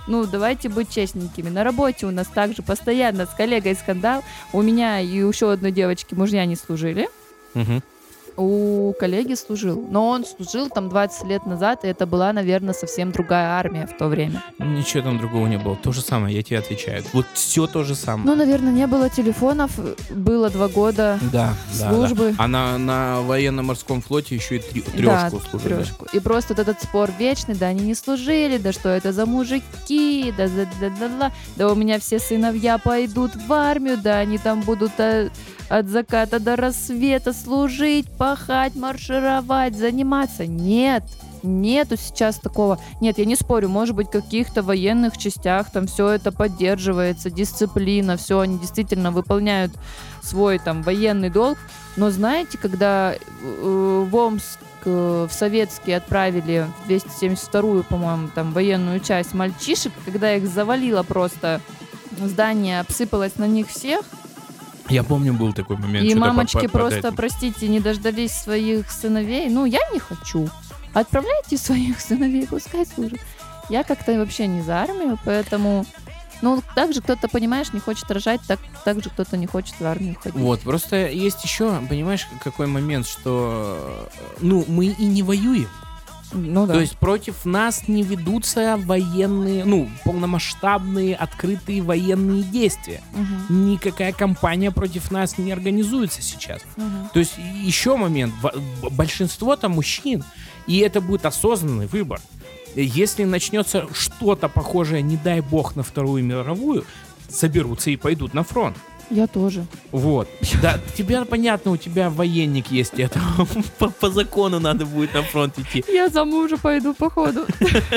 ну, давайте быть честненькими. На работе у нас также постоянно с коллегой скандал. У меня и у еще одной девочки мужья не служили. Мгм. У коллеги служил. Но он служил там 20 лет назад, и это была, наверное, совсем другая армия в то время. Ничего там другого не было. То же самое, я тебе отвечаю. Вот все то же самое. Ну, наверное, не было телефонов, было 2 года Да, службы. А на военно-морском флоте еще и Да, трешку служили. трёшку. И просто вот этот спор вечный, да, они не служили, да что это за мужики, да у меня все сыновья пойдут в армию, да они там будут от заката до рассвета служить, пахать, маршировать, заниматься. Нету сейчас такого. Нет, я не спорю, может быть, в каких-то военных частях там все это поддерживается, дисциплина, все, они действительно выполняют свой там военный долг. Но знаете, когда в Омск в советский отправили в 272-ю, по-моему, там военную часть мальчишек, когда их завалило просто, здание обсыпалось на них всех, Я помню, был такой момент. и что-то мамочки под просто, этим. простите, не дождались своих сыновей. Ну, я не хочу. Отправляйте своих сыновей, пускай служат. Я как-то вообще не за армию, поэтому... Ну, так же кто-то, понимаешь, не хочет рожать, так же кто-то не хочет в армию ходить. Вот, просто есть еще, понимаешь, какой момент, что, ну, мы и не воюем. Ну да. То есть против нас не ведутся военные, ну, полномасштабные, открытые военные действия. Мгм, Никакая кампания против нас не организуется сейчас. мгм. То есть еще момент, большинство там мужчин, и это будет осознанный выбор. Если начнется что-то похожее, не дай бог, на Вторую мировую, соберутся и пойдут на фронт. Я тоже. Вот. Да, тебе понятно, у тебя военник есть, это по закону надо будет на фронт идти. Я за мужа пойду, походу.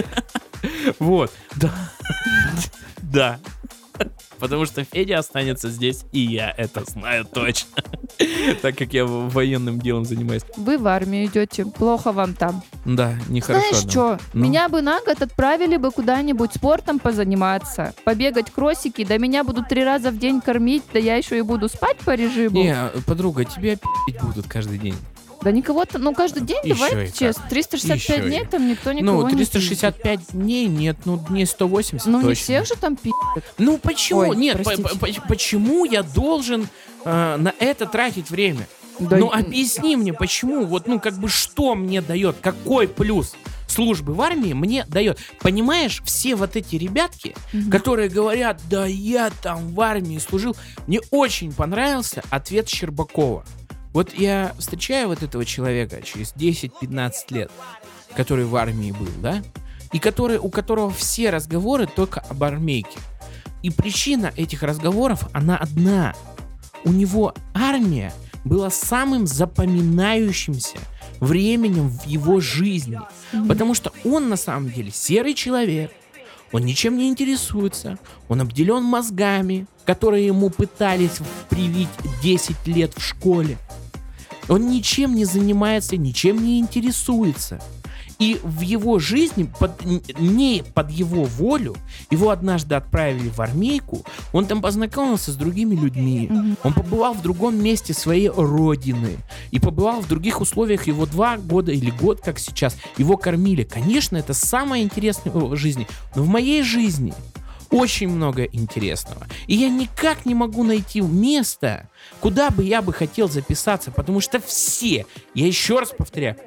Вот. Да. Да. Потому что Федя останется здесь, и я это знаю точно. Так как я военным делом занимаюсь. Вы в армию идете, плохо вам там. Да, нехорошо. Знаешь да. что, Ну? меня бы на год отправили бы куда-нибудь спортом позаниматься, побегать кроссики, да меня будут 3 раза в день кормить, да я еще и буду спать по режиму. Не, подруга, тебя пи***ть будут каждый день. Да никого-то, ну каждый день, Еще и давайте как. честно, 365 Еще дней и. там никто никого Ну, не 365 дней нет, ну, дней 180 Ну точно. не всех же там пи***ят. Ну, почему? Ой, Нет, простите. почему я должен на это тратить время? Да Ну, и- объясни мне, почему? Вот, ну, как бы, что мне дает? Какой плюс службы в армии мне дает? Понимаешь, все вот эти ребятки, Мгм. которые говорят, да я там в армии служил, мне очень понравился ответ Щербакова. Вот я встречаю вот этого человека через 10-15 лет, который в армии был, да? И у которого все разговоры только об армейке. И причина этих разговоров, она одна. У него армия была самым запоминающимся временем в его жизни. Мгм. Потому что он на самом деле серый человек, он ничем не интересуется, он обделен мозгами, которые ему пытались привить 10 лет в школе. Он ничем не занимается, ничем не интересуется. И в его жизни, не под его волю, его однажды отправили в армейку, он там познакомился с другими людьми, Мгм. он побывал в другом месте своей родины, и побывал в других условиях, его 2 года или год, как сейчас, его кормили. Конечно, это самое интересное в жизни, но в моей жизни очень много интересного. И я никак не могу найти место, куда бы я бы хотел записаться, потому что все, я еще раз повторяю,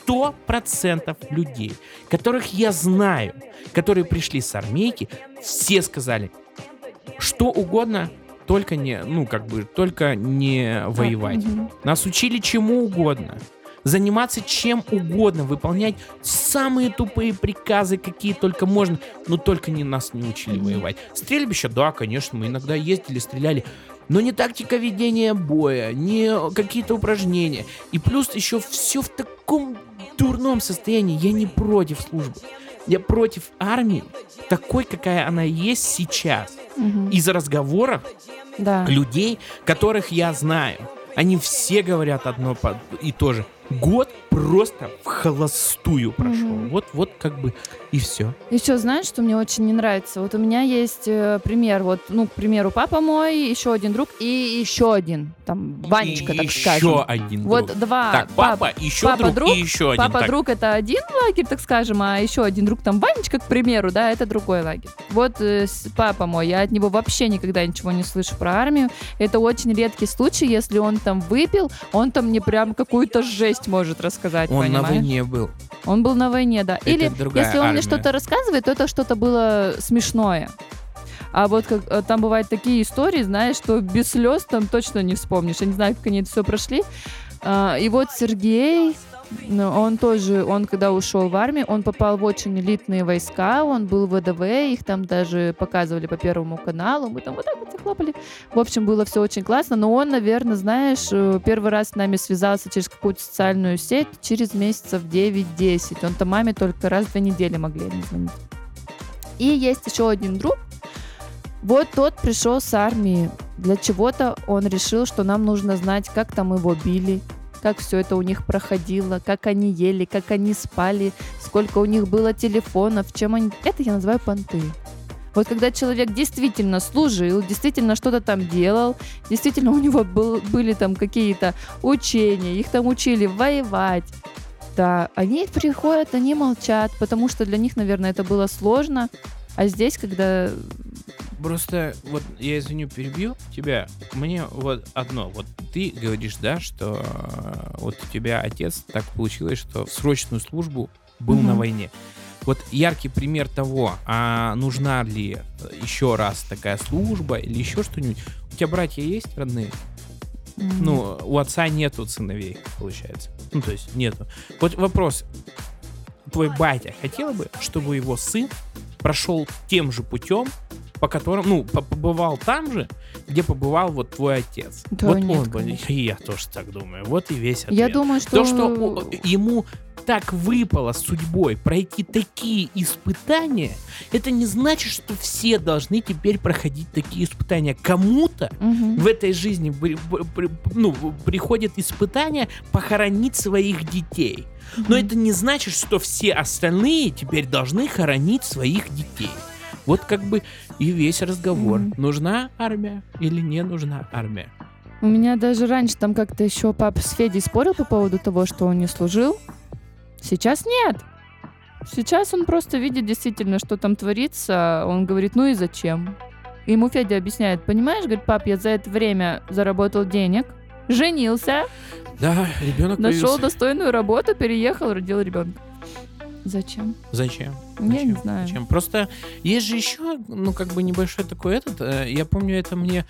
100% людей, которых я знаю, которые пришли с армейки, все сказали, что угодно, только не, ну, как бы, только не воевать. Мгм. Нас учили чему угодно. Заниматься чем угодно, выполнять самые тупые приказы, какие только можно, но только не нас не учили воевать. Стрельбище, да, конечно, мы иногда ездили, стреляли, но не тактика ведения боя, не какие-то упражнения. И плюс еще все в таком дурном состоянии. Я не против службы. Я против армии, такой, какая она есть сейчас. Мгм. Из разговоров Да. людей, которых я знаю. Они все говорят одно и то же. Год просто в холостую прошел. Мгм. Вот как бы И все. Еще знаешь, что мне очень не нравится? Вот у меня есть пример. Вот, ну, к примеру, папа мой, еще один друг и еще один. Там, Ванечка, так скажем. Еще один Вот друг. два. Так, папа, еще папа друг, друг, и еще один. Папа Так. друг это один лагерь, так скажем, а еще один друг там Ванечка, к примеру, да, это другой лагерь. Вот папа мой, я от него вообще никогда ничего не слышу про армию. Это очень редкий случай, если он там выпил, он там мне прям какую-то жесть может рассказать, Он понимаешь? на войне был. Он был на войне, да. Это Или другая если он мне армия. что-то рассказывает, то это что-то было смешное. А вот там бывают такие истории, знаешь, что без слез там точно не вспомнишь. Я не знаю, как они это все прошли. И вот Сергей, он когда ушел в армию, он попал в очень элитные войска, он был в ВДВ, их там даже показывали по Первому каналу, мы там вот так вот хлопали. В общем, было все очень классно, но он, наверное, знаешь, первый раз с нами связался через какую-то социальную сеть через месяцев 9-10. Он там маме только раз в 2 недели могли не звонить. И есть еще один друг, вот тот пришел с армии. Для чего-то он решил, что нам нужно знать, как там его били, как все это у них проходило, как они ели, как они спали, сколько у них было телефонов, чем они... Это я называю понты. Вот когда человек действительно служил, действительно что-то там делал, действительно у него были там какие-то учения, их там учили воевать, да, они приходят, они молчат, потому что для них, наверное, это было сложно. А здесь, когда... Просто, вот, я извини, перебью тебя. Мне вот одно. Вот ты говоришь, да, что вот у тебя отец так получилось, что в срочную службу был на войне. Вот яркий пример того, а нужна ли еще раз такая служба или еще что-нибудь. У тебя братья есть родные? Ну, у отца нету сыновей, получается. Ну, то есть нету. Вот вопрос. Твой батя хотел бы, чтобы его сын прошел тем же путем, по которому, ну, побывал там же, где побывал вот твой отец. Да, вот нет, он бы, конечно. и я тоже так думаю. Вот и весь ответ. Я думаю, что... То, что ему так выпало судьбой пройти такие испытания, это не значит, что все должны теперь проходить такие испытания. Кому-то в этой жизни приходят испытания похоронить своих детей. Но это не значит, что все остальные теперь должны хоронить своих детей. Вот как бы и весь разговор. Нужна армия или не нужна армия? У меня даже раньше там как-то еще папа с Федей спорил по поводу того, что он не служил. Сейчас нет. Сейчас он просто видит действительно, что там творится. Он говорит, ну и зачем? И ему Федя объясняет, понимаешь, говорит, пап, я за это время заработал денег, женился, да, ребенок нашел появился. достойную работу, переехал, родил ребенка. Зачем? Зачем? Я не знаю. Зачем? Просто есть же еще, ну, как бы небольшой такой я помню, это мне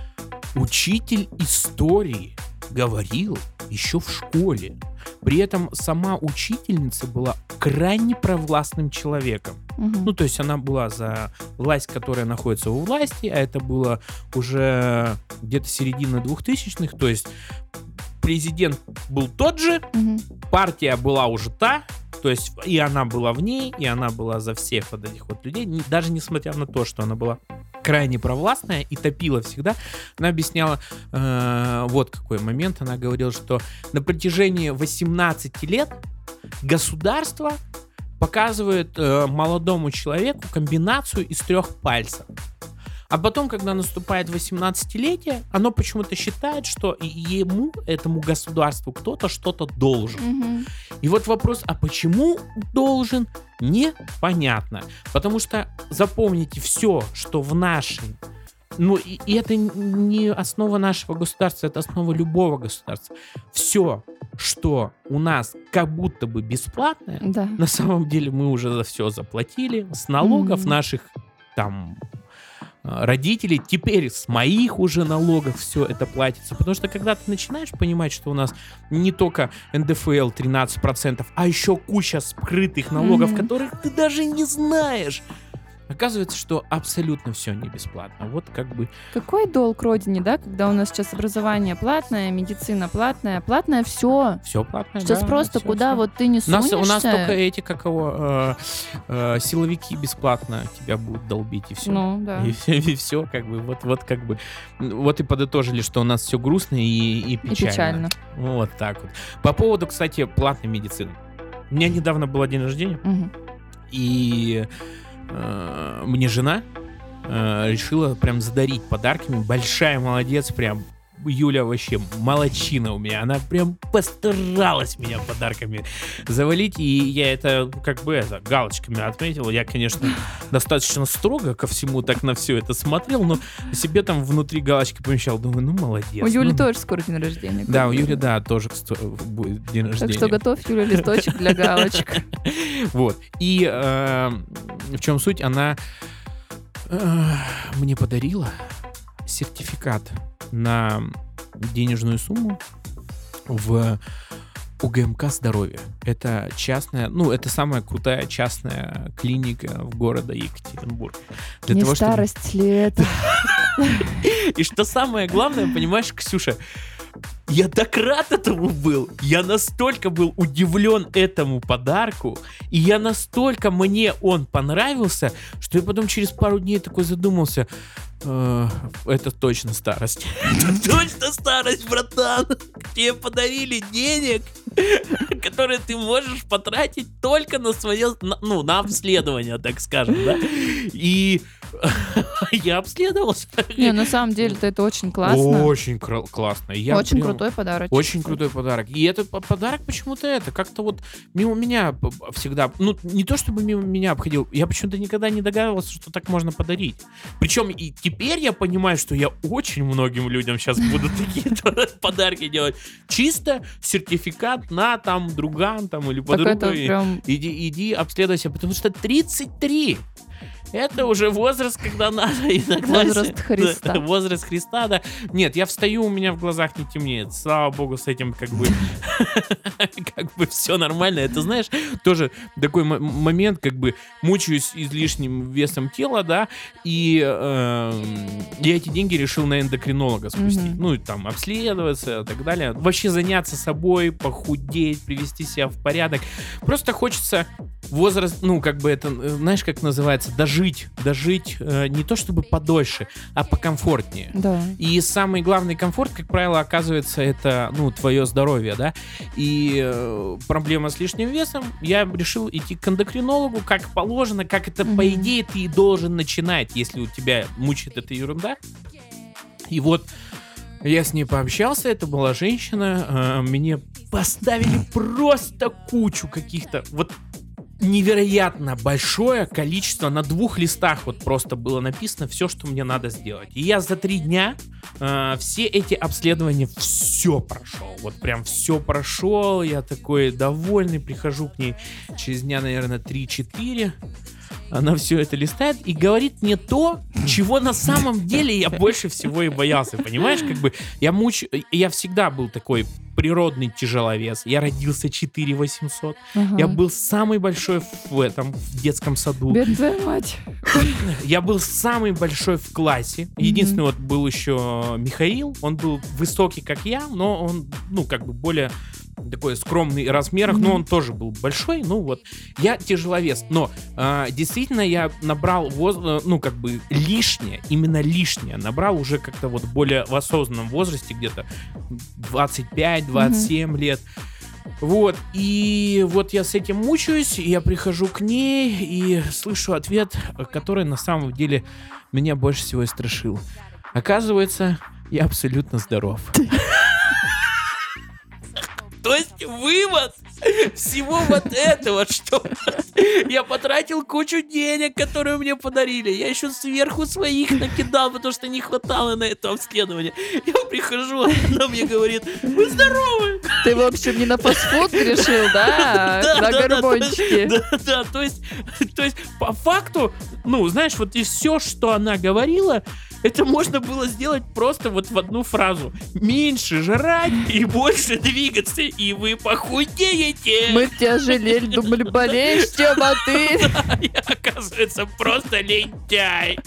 учитель истории говорил еще в школе. При этом сама учительница была крайне провластным человеком. Ну, то есть она была за власть, которая находится у власти, а это было уже где-то середина 2000-х, то есть президент был тот же, партия была уже та, то есть и она была в ней, и она была за всех вот этих вот людей, даже несмотря на то, что она была крайне провластная и топила всегда, она объясняла вот какой момент, она говорила, что на протяжении 18 лет государство показывает молодому человеку комбинацию из 3 пальцев. А потом, когда наступает 18-летие, оно почему-то считает, что ему, этому государству, кто-то что-то должен. И вот вопрос, а почему должен, непонятно. Потому что запомните, все, что в нашей... Ну, и это не основа нашего государства, это основа любого государства. Все, что у нас как будто бы бесплатное, Да. на самом деле мы уже за все заплатили, с налогов наших там... родителей, теперь с моих уже налогов все это платится. Потому что когда ты начинаешь понимать, что у нас не только НДФЛ 13%, а еще куча скрытых налогов, которых ты даже не знаешь, оказывается, что абсолютно все не бесплатно. Вот как бы... Какой долг родине, да, когда у нас сейчас образование платное, медицина платная, платное все. Все платное, Сейчас да, просто всё, куда всё. вот ты не сунешься. У нас только эти, как его, силовики бесплатно тебя будут долбить, и все. Ну, да. И все, как бы, вот как бы, вот и подытожили, что у нас все грустно и печально. И печально. Вот так вот. По поводу, кстати, платной медицины. У меня недавно был день рождения, И мне жена решила прям задарить подарками. Большая молодец, прям. Юля вообще молодчина у меня. Она прям постаралась меня подарками завалить. И я это как бы галочками отметил. Я, конечно, достаточно строго ко всему так на все это смотрел, но себе там внутри галочки помещал. Думаю, ну молодец. У Юли тоже скоро день рождения. Да, у Юли, да, тоже будет день рождения. Так что готовь, Юля, листочек для галочек. Вот. И в чем суть? Она мне подарила сертификат на денежную сумму в УГМК «Здоровье». Это частная, это самая крутая частная клиника в городе Екатеринбург. Не старость ли это? И что самое главное, понимаешь, Ксюша, я так рад этому был. Я настолько был удивлен этому подарку, и я настолько мне он понравился, что я потом через пару дней такой задумался. Это точно старость. Это точно старость, братан. Тебе подарили денег, которые ты можешь потратить только на свое, на обследование, так скажем, да? И я обследовался. Не, на самом деле-то это очень классно. Очень классно. Очень крутой подарок. Очень крутой подарок. И этот подарок почему-то как-то вот мимо меня всегда, не то чтобы мимо меня обходил, я почему-то никогда не догадывался, что так можно подарить. Причем и теперь я понимаю, что я очень многим людям сейчас буду такие подарки делать. Чисто сертификат на там друган там или подругу. Прям... Иди обследуйся, потому что 33. Это уже возраст, когда надо иногда... Возраст Христа. Возраст Христа, да. Нет, я встаю, у меня в глазах не темнеет. Слава богу, с этим как бы все нормально. Это, знаешь, тоже такой момент, как бы мучаюсь излишним весом тела, да, и я эти деньги решил на эндокринолога спустить. Там, обследоваться и так далее. Вообще заняться собой, похудеть, привести себя в порядок. Просто хочется возраст, это, знаешь, как называется, дожить не то чтобы подольше, а покомфортнее. Да. И самый главный комфорт, как правило, оказывается, это, твое здоровье, да. И проблема с лишним весом, я решил идти к эндокринологу, как положено, как это, по идее, ты и должен начинать, если у тебя мучает эта ерунда. И вот я с ней пообщался, это была женщина, мне поставили просто кучу каких-то, невероятно большое количество, на 2 листах просто было написано все, что мне надо сделать. И я за 3 дня все эти обследования все прошел. Прям все прошел, я такой довольный, прихожу к ней через дня, наверное, 3-4. Она все это листает и говорит мне то, чего на самом деле я больше всего и боялся. Понимаешь, я всегда был такой природный тяжеловес. Я родился 4800. Я был самый большой в детском саду. Бедная мать. Я был самый большой в классе. Единственный был еще Михаил. Он был высокий, как я, но он, более такой скромный в размерах, но он тоже был большой. Я тяжеловес. Но действительно я набрал лишнее, именно лишнее набрал уже как-то более в осознанном возрасте, где-то 25-27 лет. И я с этим мучаюсь, и я прихожу к ней и слышу ответ, который на самом деле меня больше всего и страшил. Оказывается, я абсолютно здоров. То есть вывод всего этого, что я потратил кучу денег, которые мне подарили. Я еще сверху своих накидал, потому что не хватало на это обследование. Я прихожу, она мне говорит: вы здоровы. Ты, в общем, не на фастфуд решил, да? На горбончике. Да, то есть по факту, знаешь, и все, что она говорила, это можно было сделать просто в одну фразу. Меньше жрать и больше двигаться, и вы похудеете. Мы тебя жалели, думали, болеешь, Тёма, ты. Я, оказывается, просто лентяй.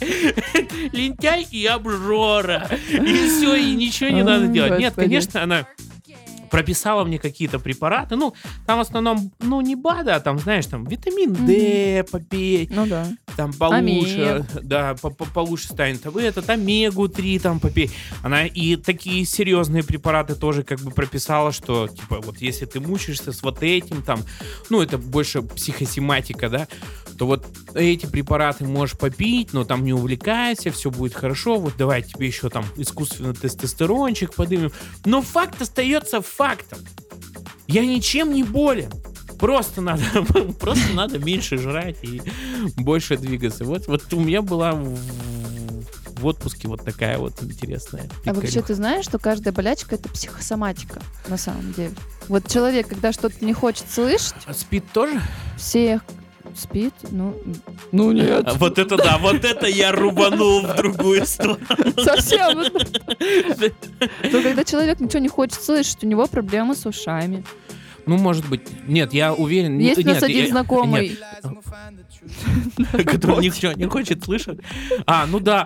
Лентяй и обжора. И все, и ничего не надо делать. Нет, конечно, она прописала мне какие-то препараты. Ну, там в основном, ну, не БАДы, а там, знаешь, там витамин D попей. Ну да. Там получше, да, получше станет. А вы этот омегу-3 там попей. Она и такие серьезные препараты тоже как бы прописала, что, типа, вот если ты мучаешься с вот этим там, ну, это больше психосоматика, да, то вот эти препараты можешь попить, но там не увлекайся, все будет хорошо, вот давай тебе еще там искусственно тестостерончик подымем. Но факт остается фактом. Я ничем не болен. Просто надо меньше жрать и больше двигаться. Вот у меня была в отпуске вот такая вот интересная. А вообще ты знаешь, что каждая болячка — это психосоматика на самом деле? Вот человек, когда что-то не хочет слышать... А СПИД тоже? Всех спит, ну нет. Вот это да, вот это я рубанул в другую сторону. Совсем. Но когда человек ничего не хочет слышать, у него проблемы с ушами. Ну, может быть. Нет, я уверен. Есть у нас один знакомый. Который ничего не хочет слышать. А, ну да.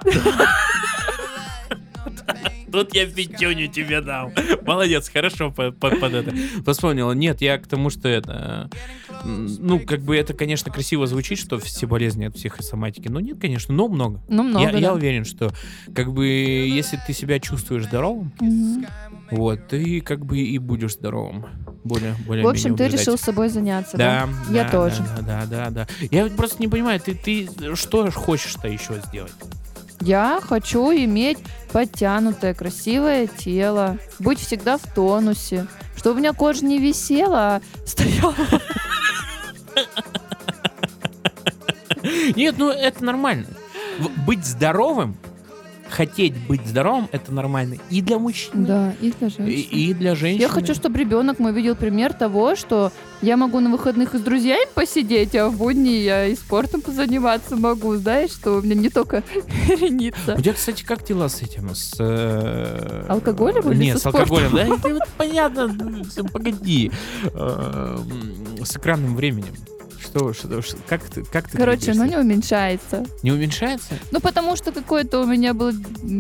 Тут я пятюню тебе дал. Молодец, хорошо под это вспомнила. Нет, я к тому, что это... Ну, как бы это, конечно, красиво звучит, что все болезни от психосоматики. Но нет, конечно, но много. Ну, много, я уверен, что как бы если ты себя чувствуешь здоровым, вот, ты как бы и будешь здоровым. Более в общем, ты решил собой заняться, да? Я тоже. Да. Я просто не понимаю, ты что хочешь-то еще сделать? Я хочу иметь подтянутое, красивое тело, быть всегда в тонусе, чтобы у меня кожа не висела, а стояла. Нет, ну это нормально. Быть здоровым, хотеть быть здоровым, это нормально и для мужчин. Да, и для женщин. И для женщин. Я хочу, чтобы ребенок мой видел пример того, что я могу на выходных и с друзьями посидеть, а в будни я и спортом позаниматься могу. Знаешь, что у меня не только реница. У тебя, кстати, как дела с этим? С алкоголем или Нет, со с алкоголем, спортом? да? Вот понятно, погоди. С экранным временем. Как ты Короче, двигаешься? не уменьшается. Не уменьшается? Ну, потому что какое-то у меня было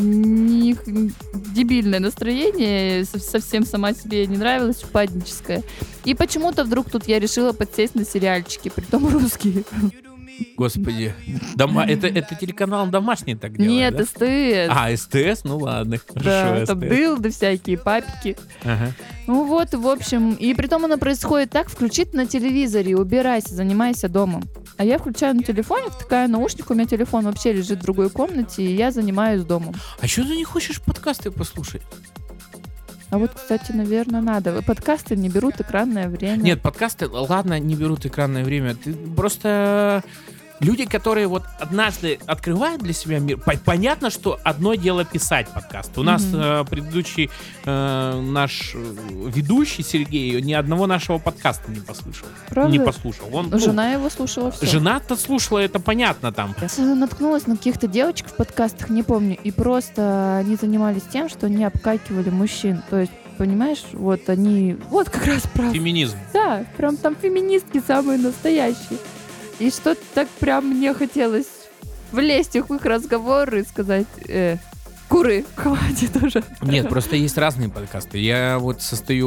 дебильное настроение, совсем сама себе не нравилась, упадническое. И почему-то вдруг тут я решила подсесть на сериальчики, притом русские. Господи. Это телеканал домашний так делает, Нет, да? СТС. А, СТС? Ну ладно, Да, хорошо, там СТС. дылды всякие, папики. Ага. Ну вот, в общем, и притом оно происходит так: включить на телевизоре, убирайся, занимайся домом. А я включаю на телефоне, втыкаю наушник, у меня телефон вообще лежит в другой комнате, и я занимаюсь домом. А что ты не хочешь подкасты послушать? А вот, кстати, наверное, надо. Подкасты не берут экранное время. Нет, подкасты, ладно, не берут экранное время. Ты просто... Люди, которые вот однажды открывают для себя мир, понятно, что одно дело писать подкаст. У нас предыдущий наш ведущий Сергей ни одного нашего подкаста не послушал. Правда? Не послушал. Жена его слушала все. Жена-то слушала, это понятно там. Я наткнулась на каких-то девочек в подкастах, не помню, и просто они занимались тем, что они обкакивали мужчин. То есть, понимаешь, вот они... Вот как раз про... Феминизм. Да, прям там феминистки самые настоящие. И что-то так прям мне хотелось влезть в их разговоры и сказать: куры, хватит уже. Нет, просто есть разные подкасты. Я вот состою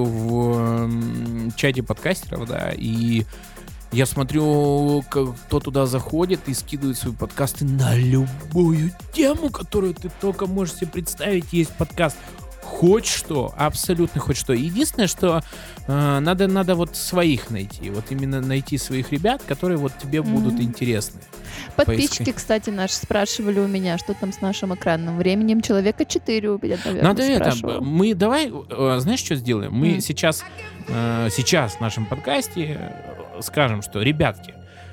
в чате подкастеров, да, и я смотрю, кто туда заходит и скидывает свои подкасты на любую тему, которую ты только можешь себе представить. Есть подкаст хоть что, абсолютно хоть что. Единственное, что надо вот своих найти. Вот именно найти своих ребят, которые вот тебе будут интересны. Подписчики, кстати, наши спрашивали у меня, что там с нашим экранным временем. Человека 4 у меня, наверное, Надо спрашивал. это. Мы давай, знаешь, что сделаем? Мы сейчас в нашем подкасте скажем, что, ребятки,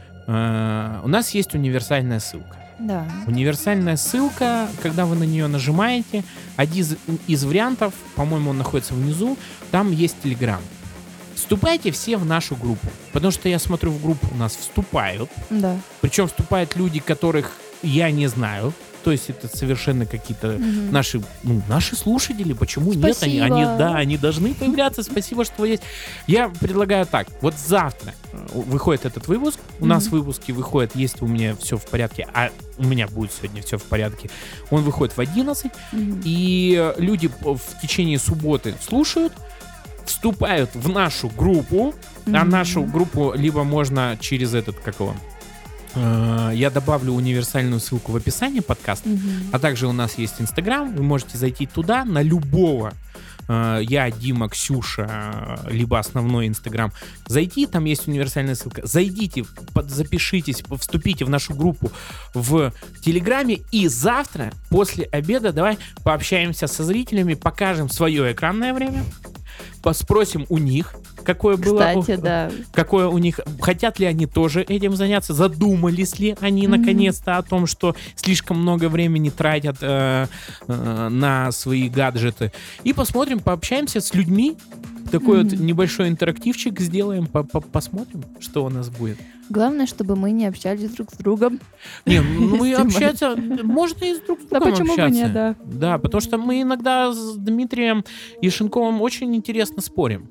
у нас есть универсальная ссылка. Да. Универсальная ссылка, когда вы на нее нажимаете, один из вариантов, по-моему, он находится внизу, там есть Telegram. Вступайте все в нашу группу, потому что я смотрю, в группу у нас вступают, Да. причем вступают люди, которых я не знаю, то есть это совершенно какие-то наши слушатели, почему нет? Они должны появляться, спасибо, что вы есть. Я предлагаю так, вот завтра выходит этот выпуск, у нас выпуски выходят, если у меня все в порядке, а у меня будет сегодня все в порядке, он выходит в 11, и люди в течение субботы слушают, вступают в нашу группу, а нашу группу либо можно через этот, как его, я добавлю универсальную ссылку в описании подкаста, а также у нас есть Инстаграм, вы можете зайти туда на любого, я, Дима, Ксюша, либо основной Инстаграм, зайти, там есть универсальная ссылка, зайдите, запишитесь, вступите в нашу группу в Телеграме, и завтра после обеда давай пообщаемся со зрителями, покажем свое экранное время, спросим у них, какое было, Кстати, да. какое у них, хотят ли они тоже этим заняться, задумались ли они наконец-то о том, что слишком много времени тратят на свои гаджеты, и посмотрим, пообщаемся с людьми, такой вот небольшой интерактивчик сделаем, посмотрим, что у нас будет. Главное, чтобы мы не общались друг с другом. Не, ну мы общаться, можно и с друг с другом Да почему бы общаться. нет, да. Да, потому что мы иногда с Дмитрием Яшенковым очень интересно спорим.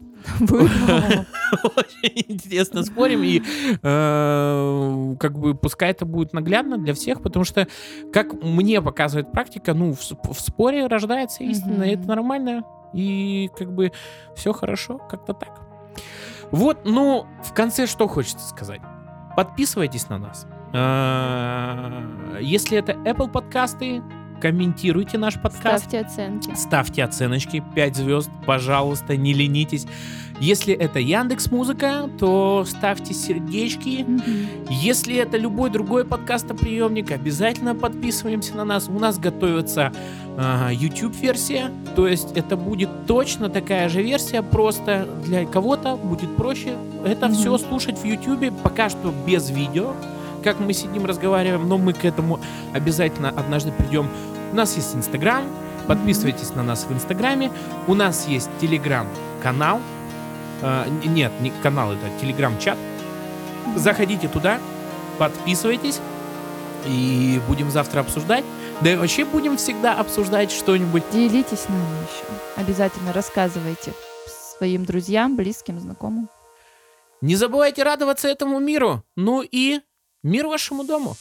Очень интересно спорим, и как бы пускай это будет наглядно для всех, потому что, как мне показывает практика, ну, в споре рождается истина, и это нормально, и как бы все хорошо, как-то так. Вот, ну, в конце что хочется сказать. Подписывайтесь на нас. Если это Apple подкасты, комментируйте наш подкаст. Ставьте оценки. Ставьте оценочки, 5 звезд, пожалуйста, не ленитесь. Если это Яндекс.Музыка, то ставьте сердечки. Если это любой другой подкастоприемник, обязательно подписываемся на нас. У нас готовится YouTube-версия, то есть это будет точно такая же версия, просто для кого-то будет проще это все слушать в YouTube, пока что без видео, как мы сидим, разговариваем, но мы к этому обязательно однажды придем. У нас есть Инстаграм, подписывайтесь на нас в Инстаграме, у нас есть Телеграм-канал, нет, не канал, это Телеграм-чат, заходите туда, подписывайтесь, и будем завтра обсуждать, да и вообще будем всегда обсуждать что-нибудь. Делитесь с нами еще. Обязательно рассказывайте своим друзьям, близким, знакомым. Не забывайте радоваться этому миру, ну и мир вашему дому.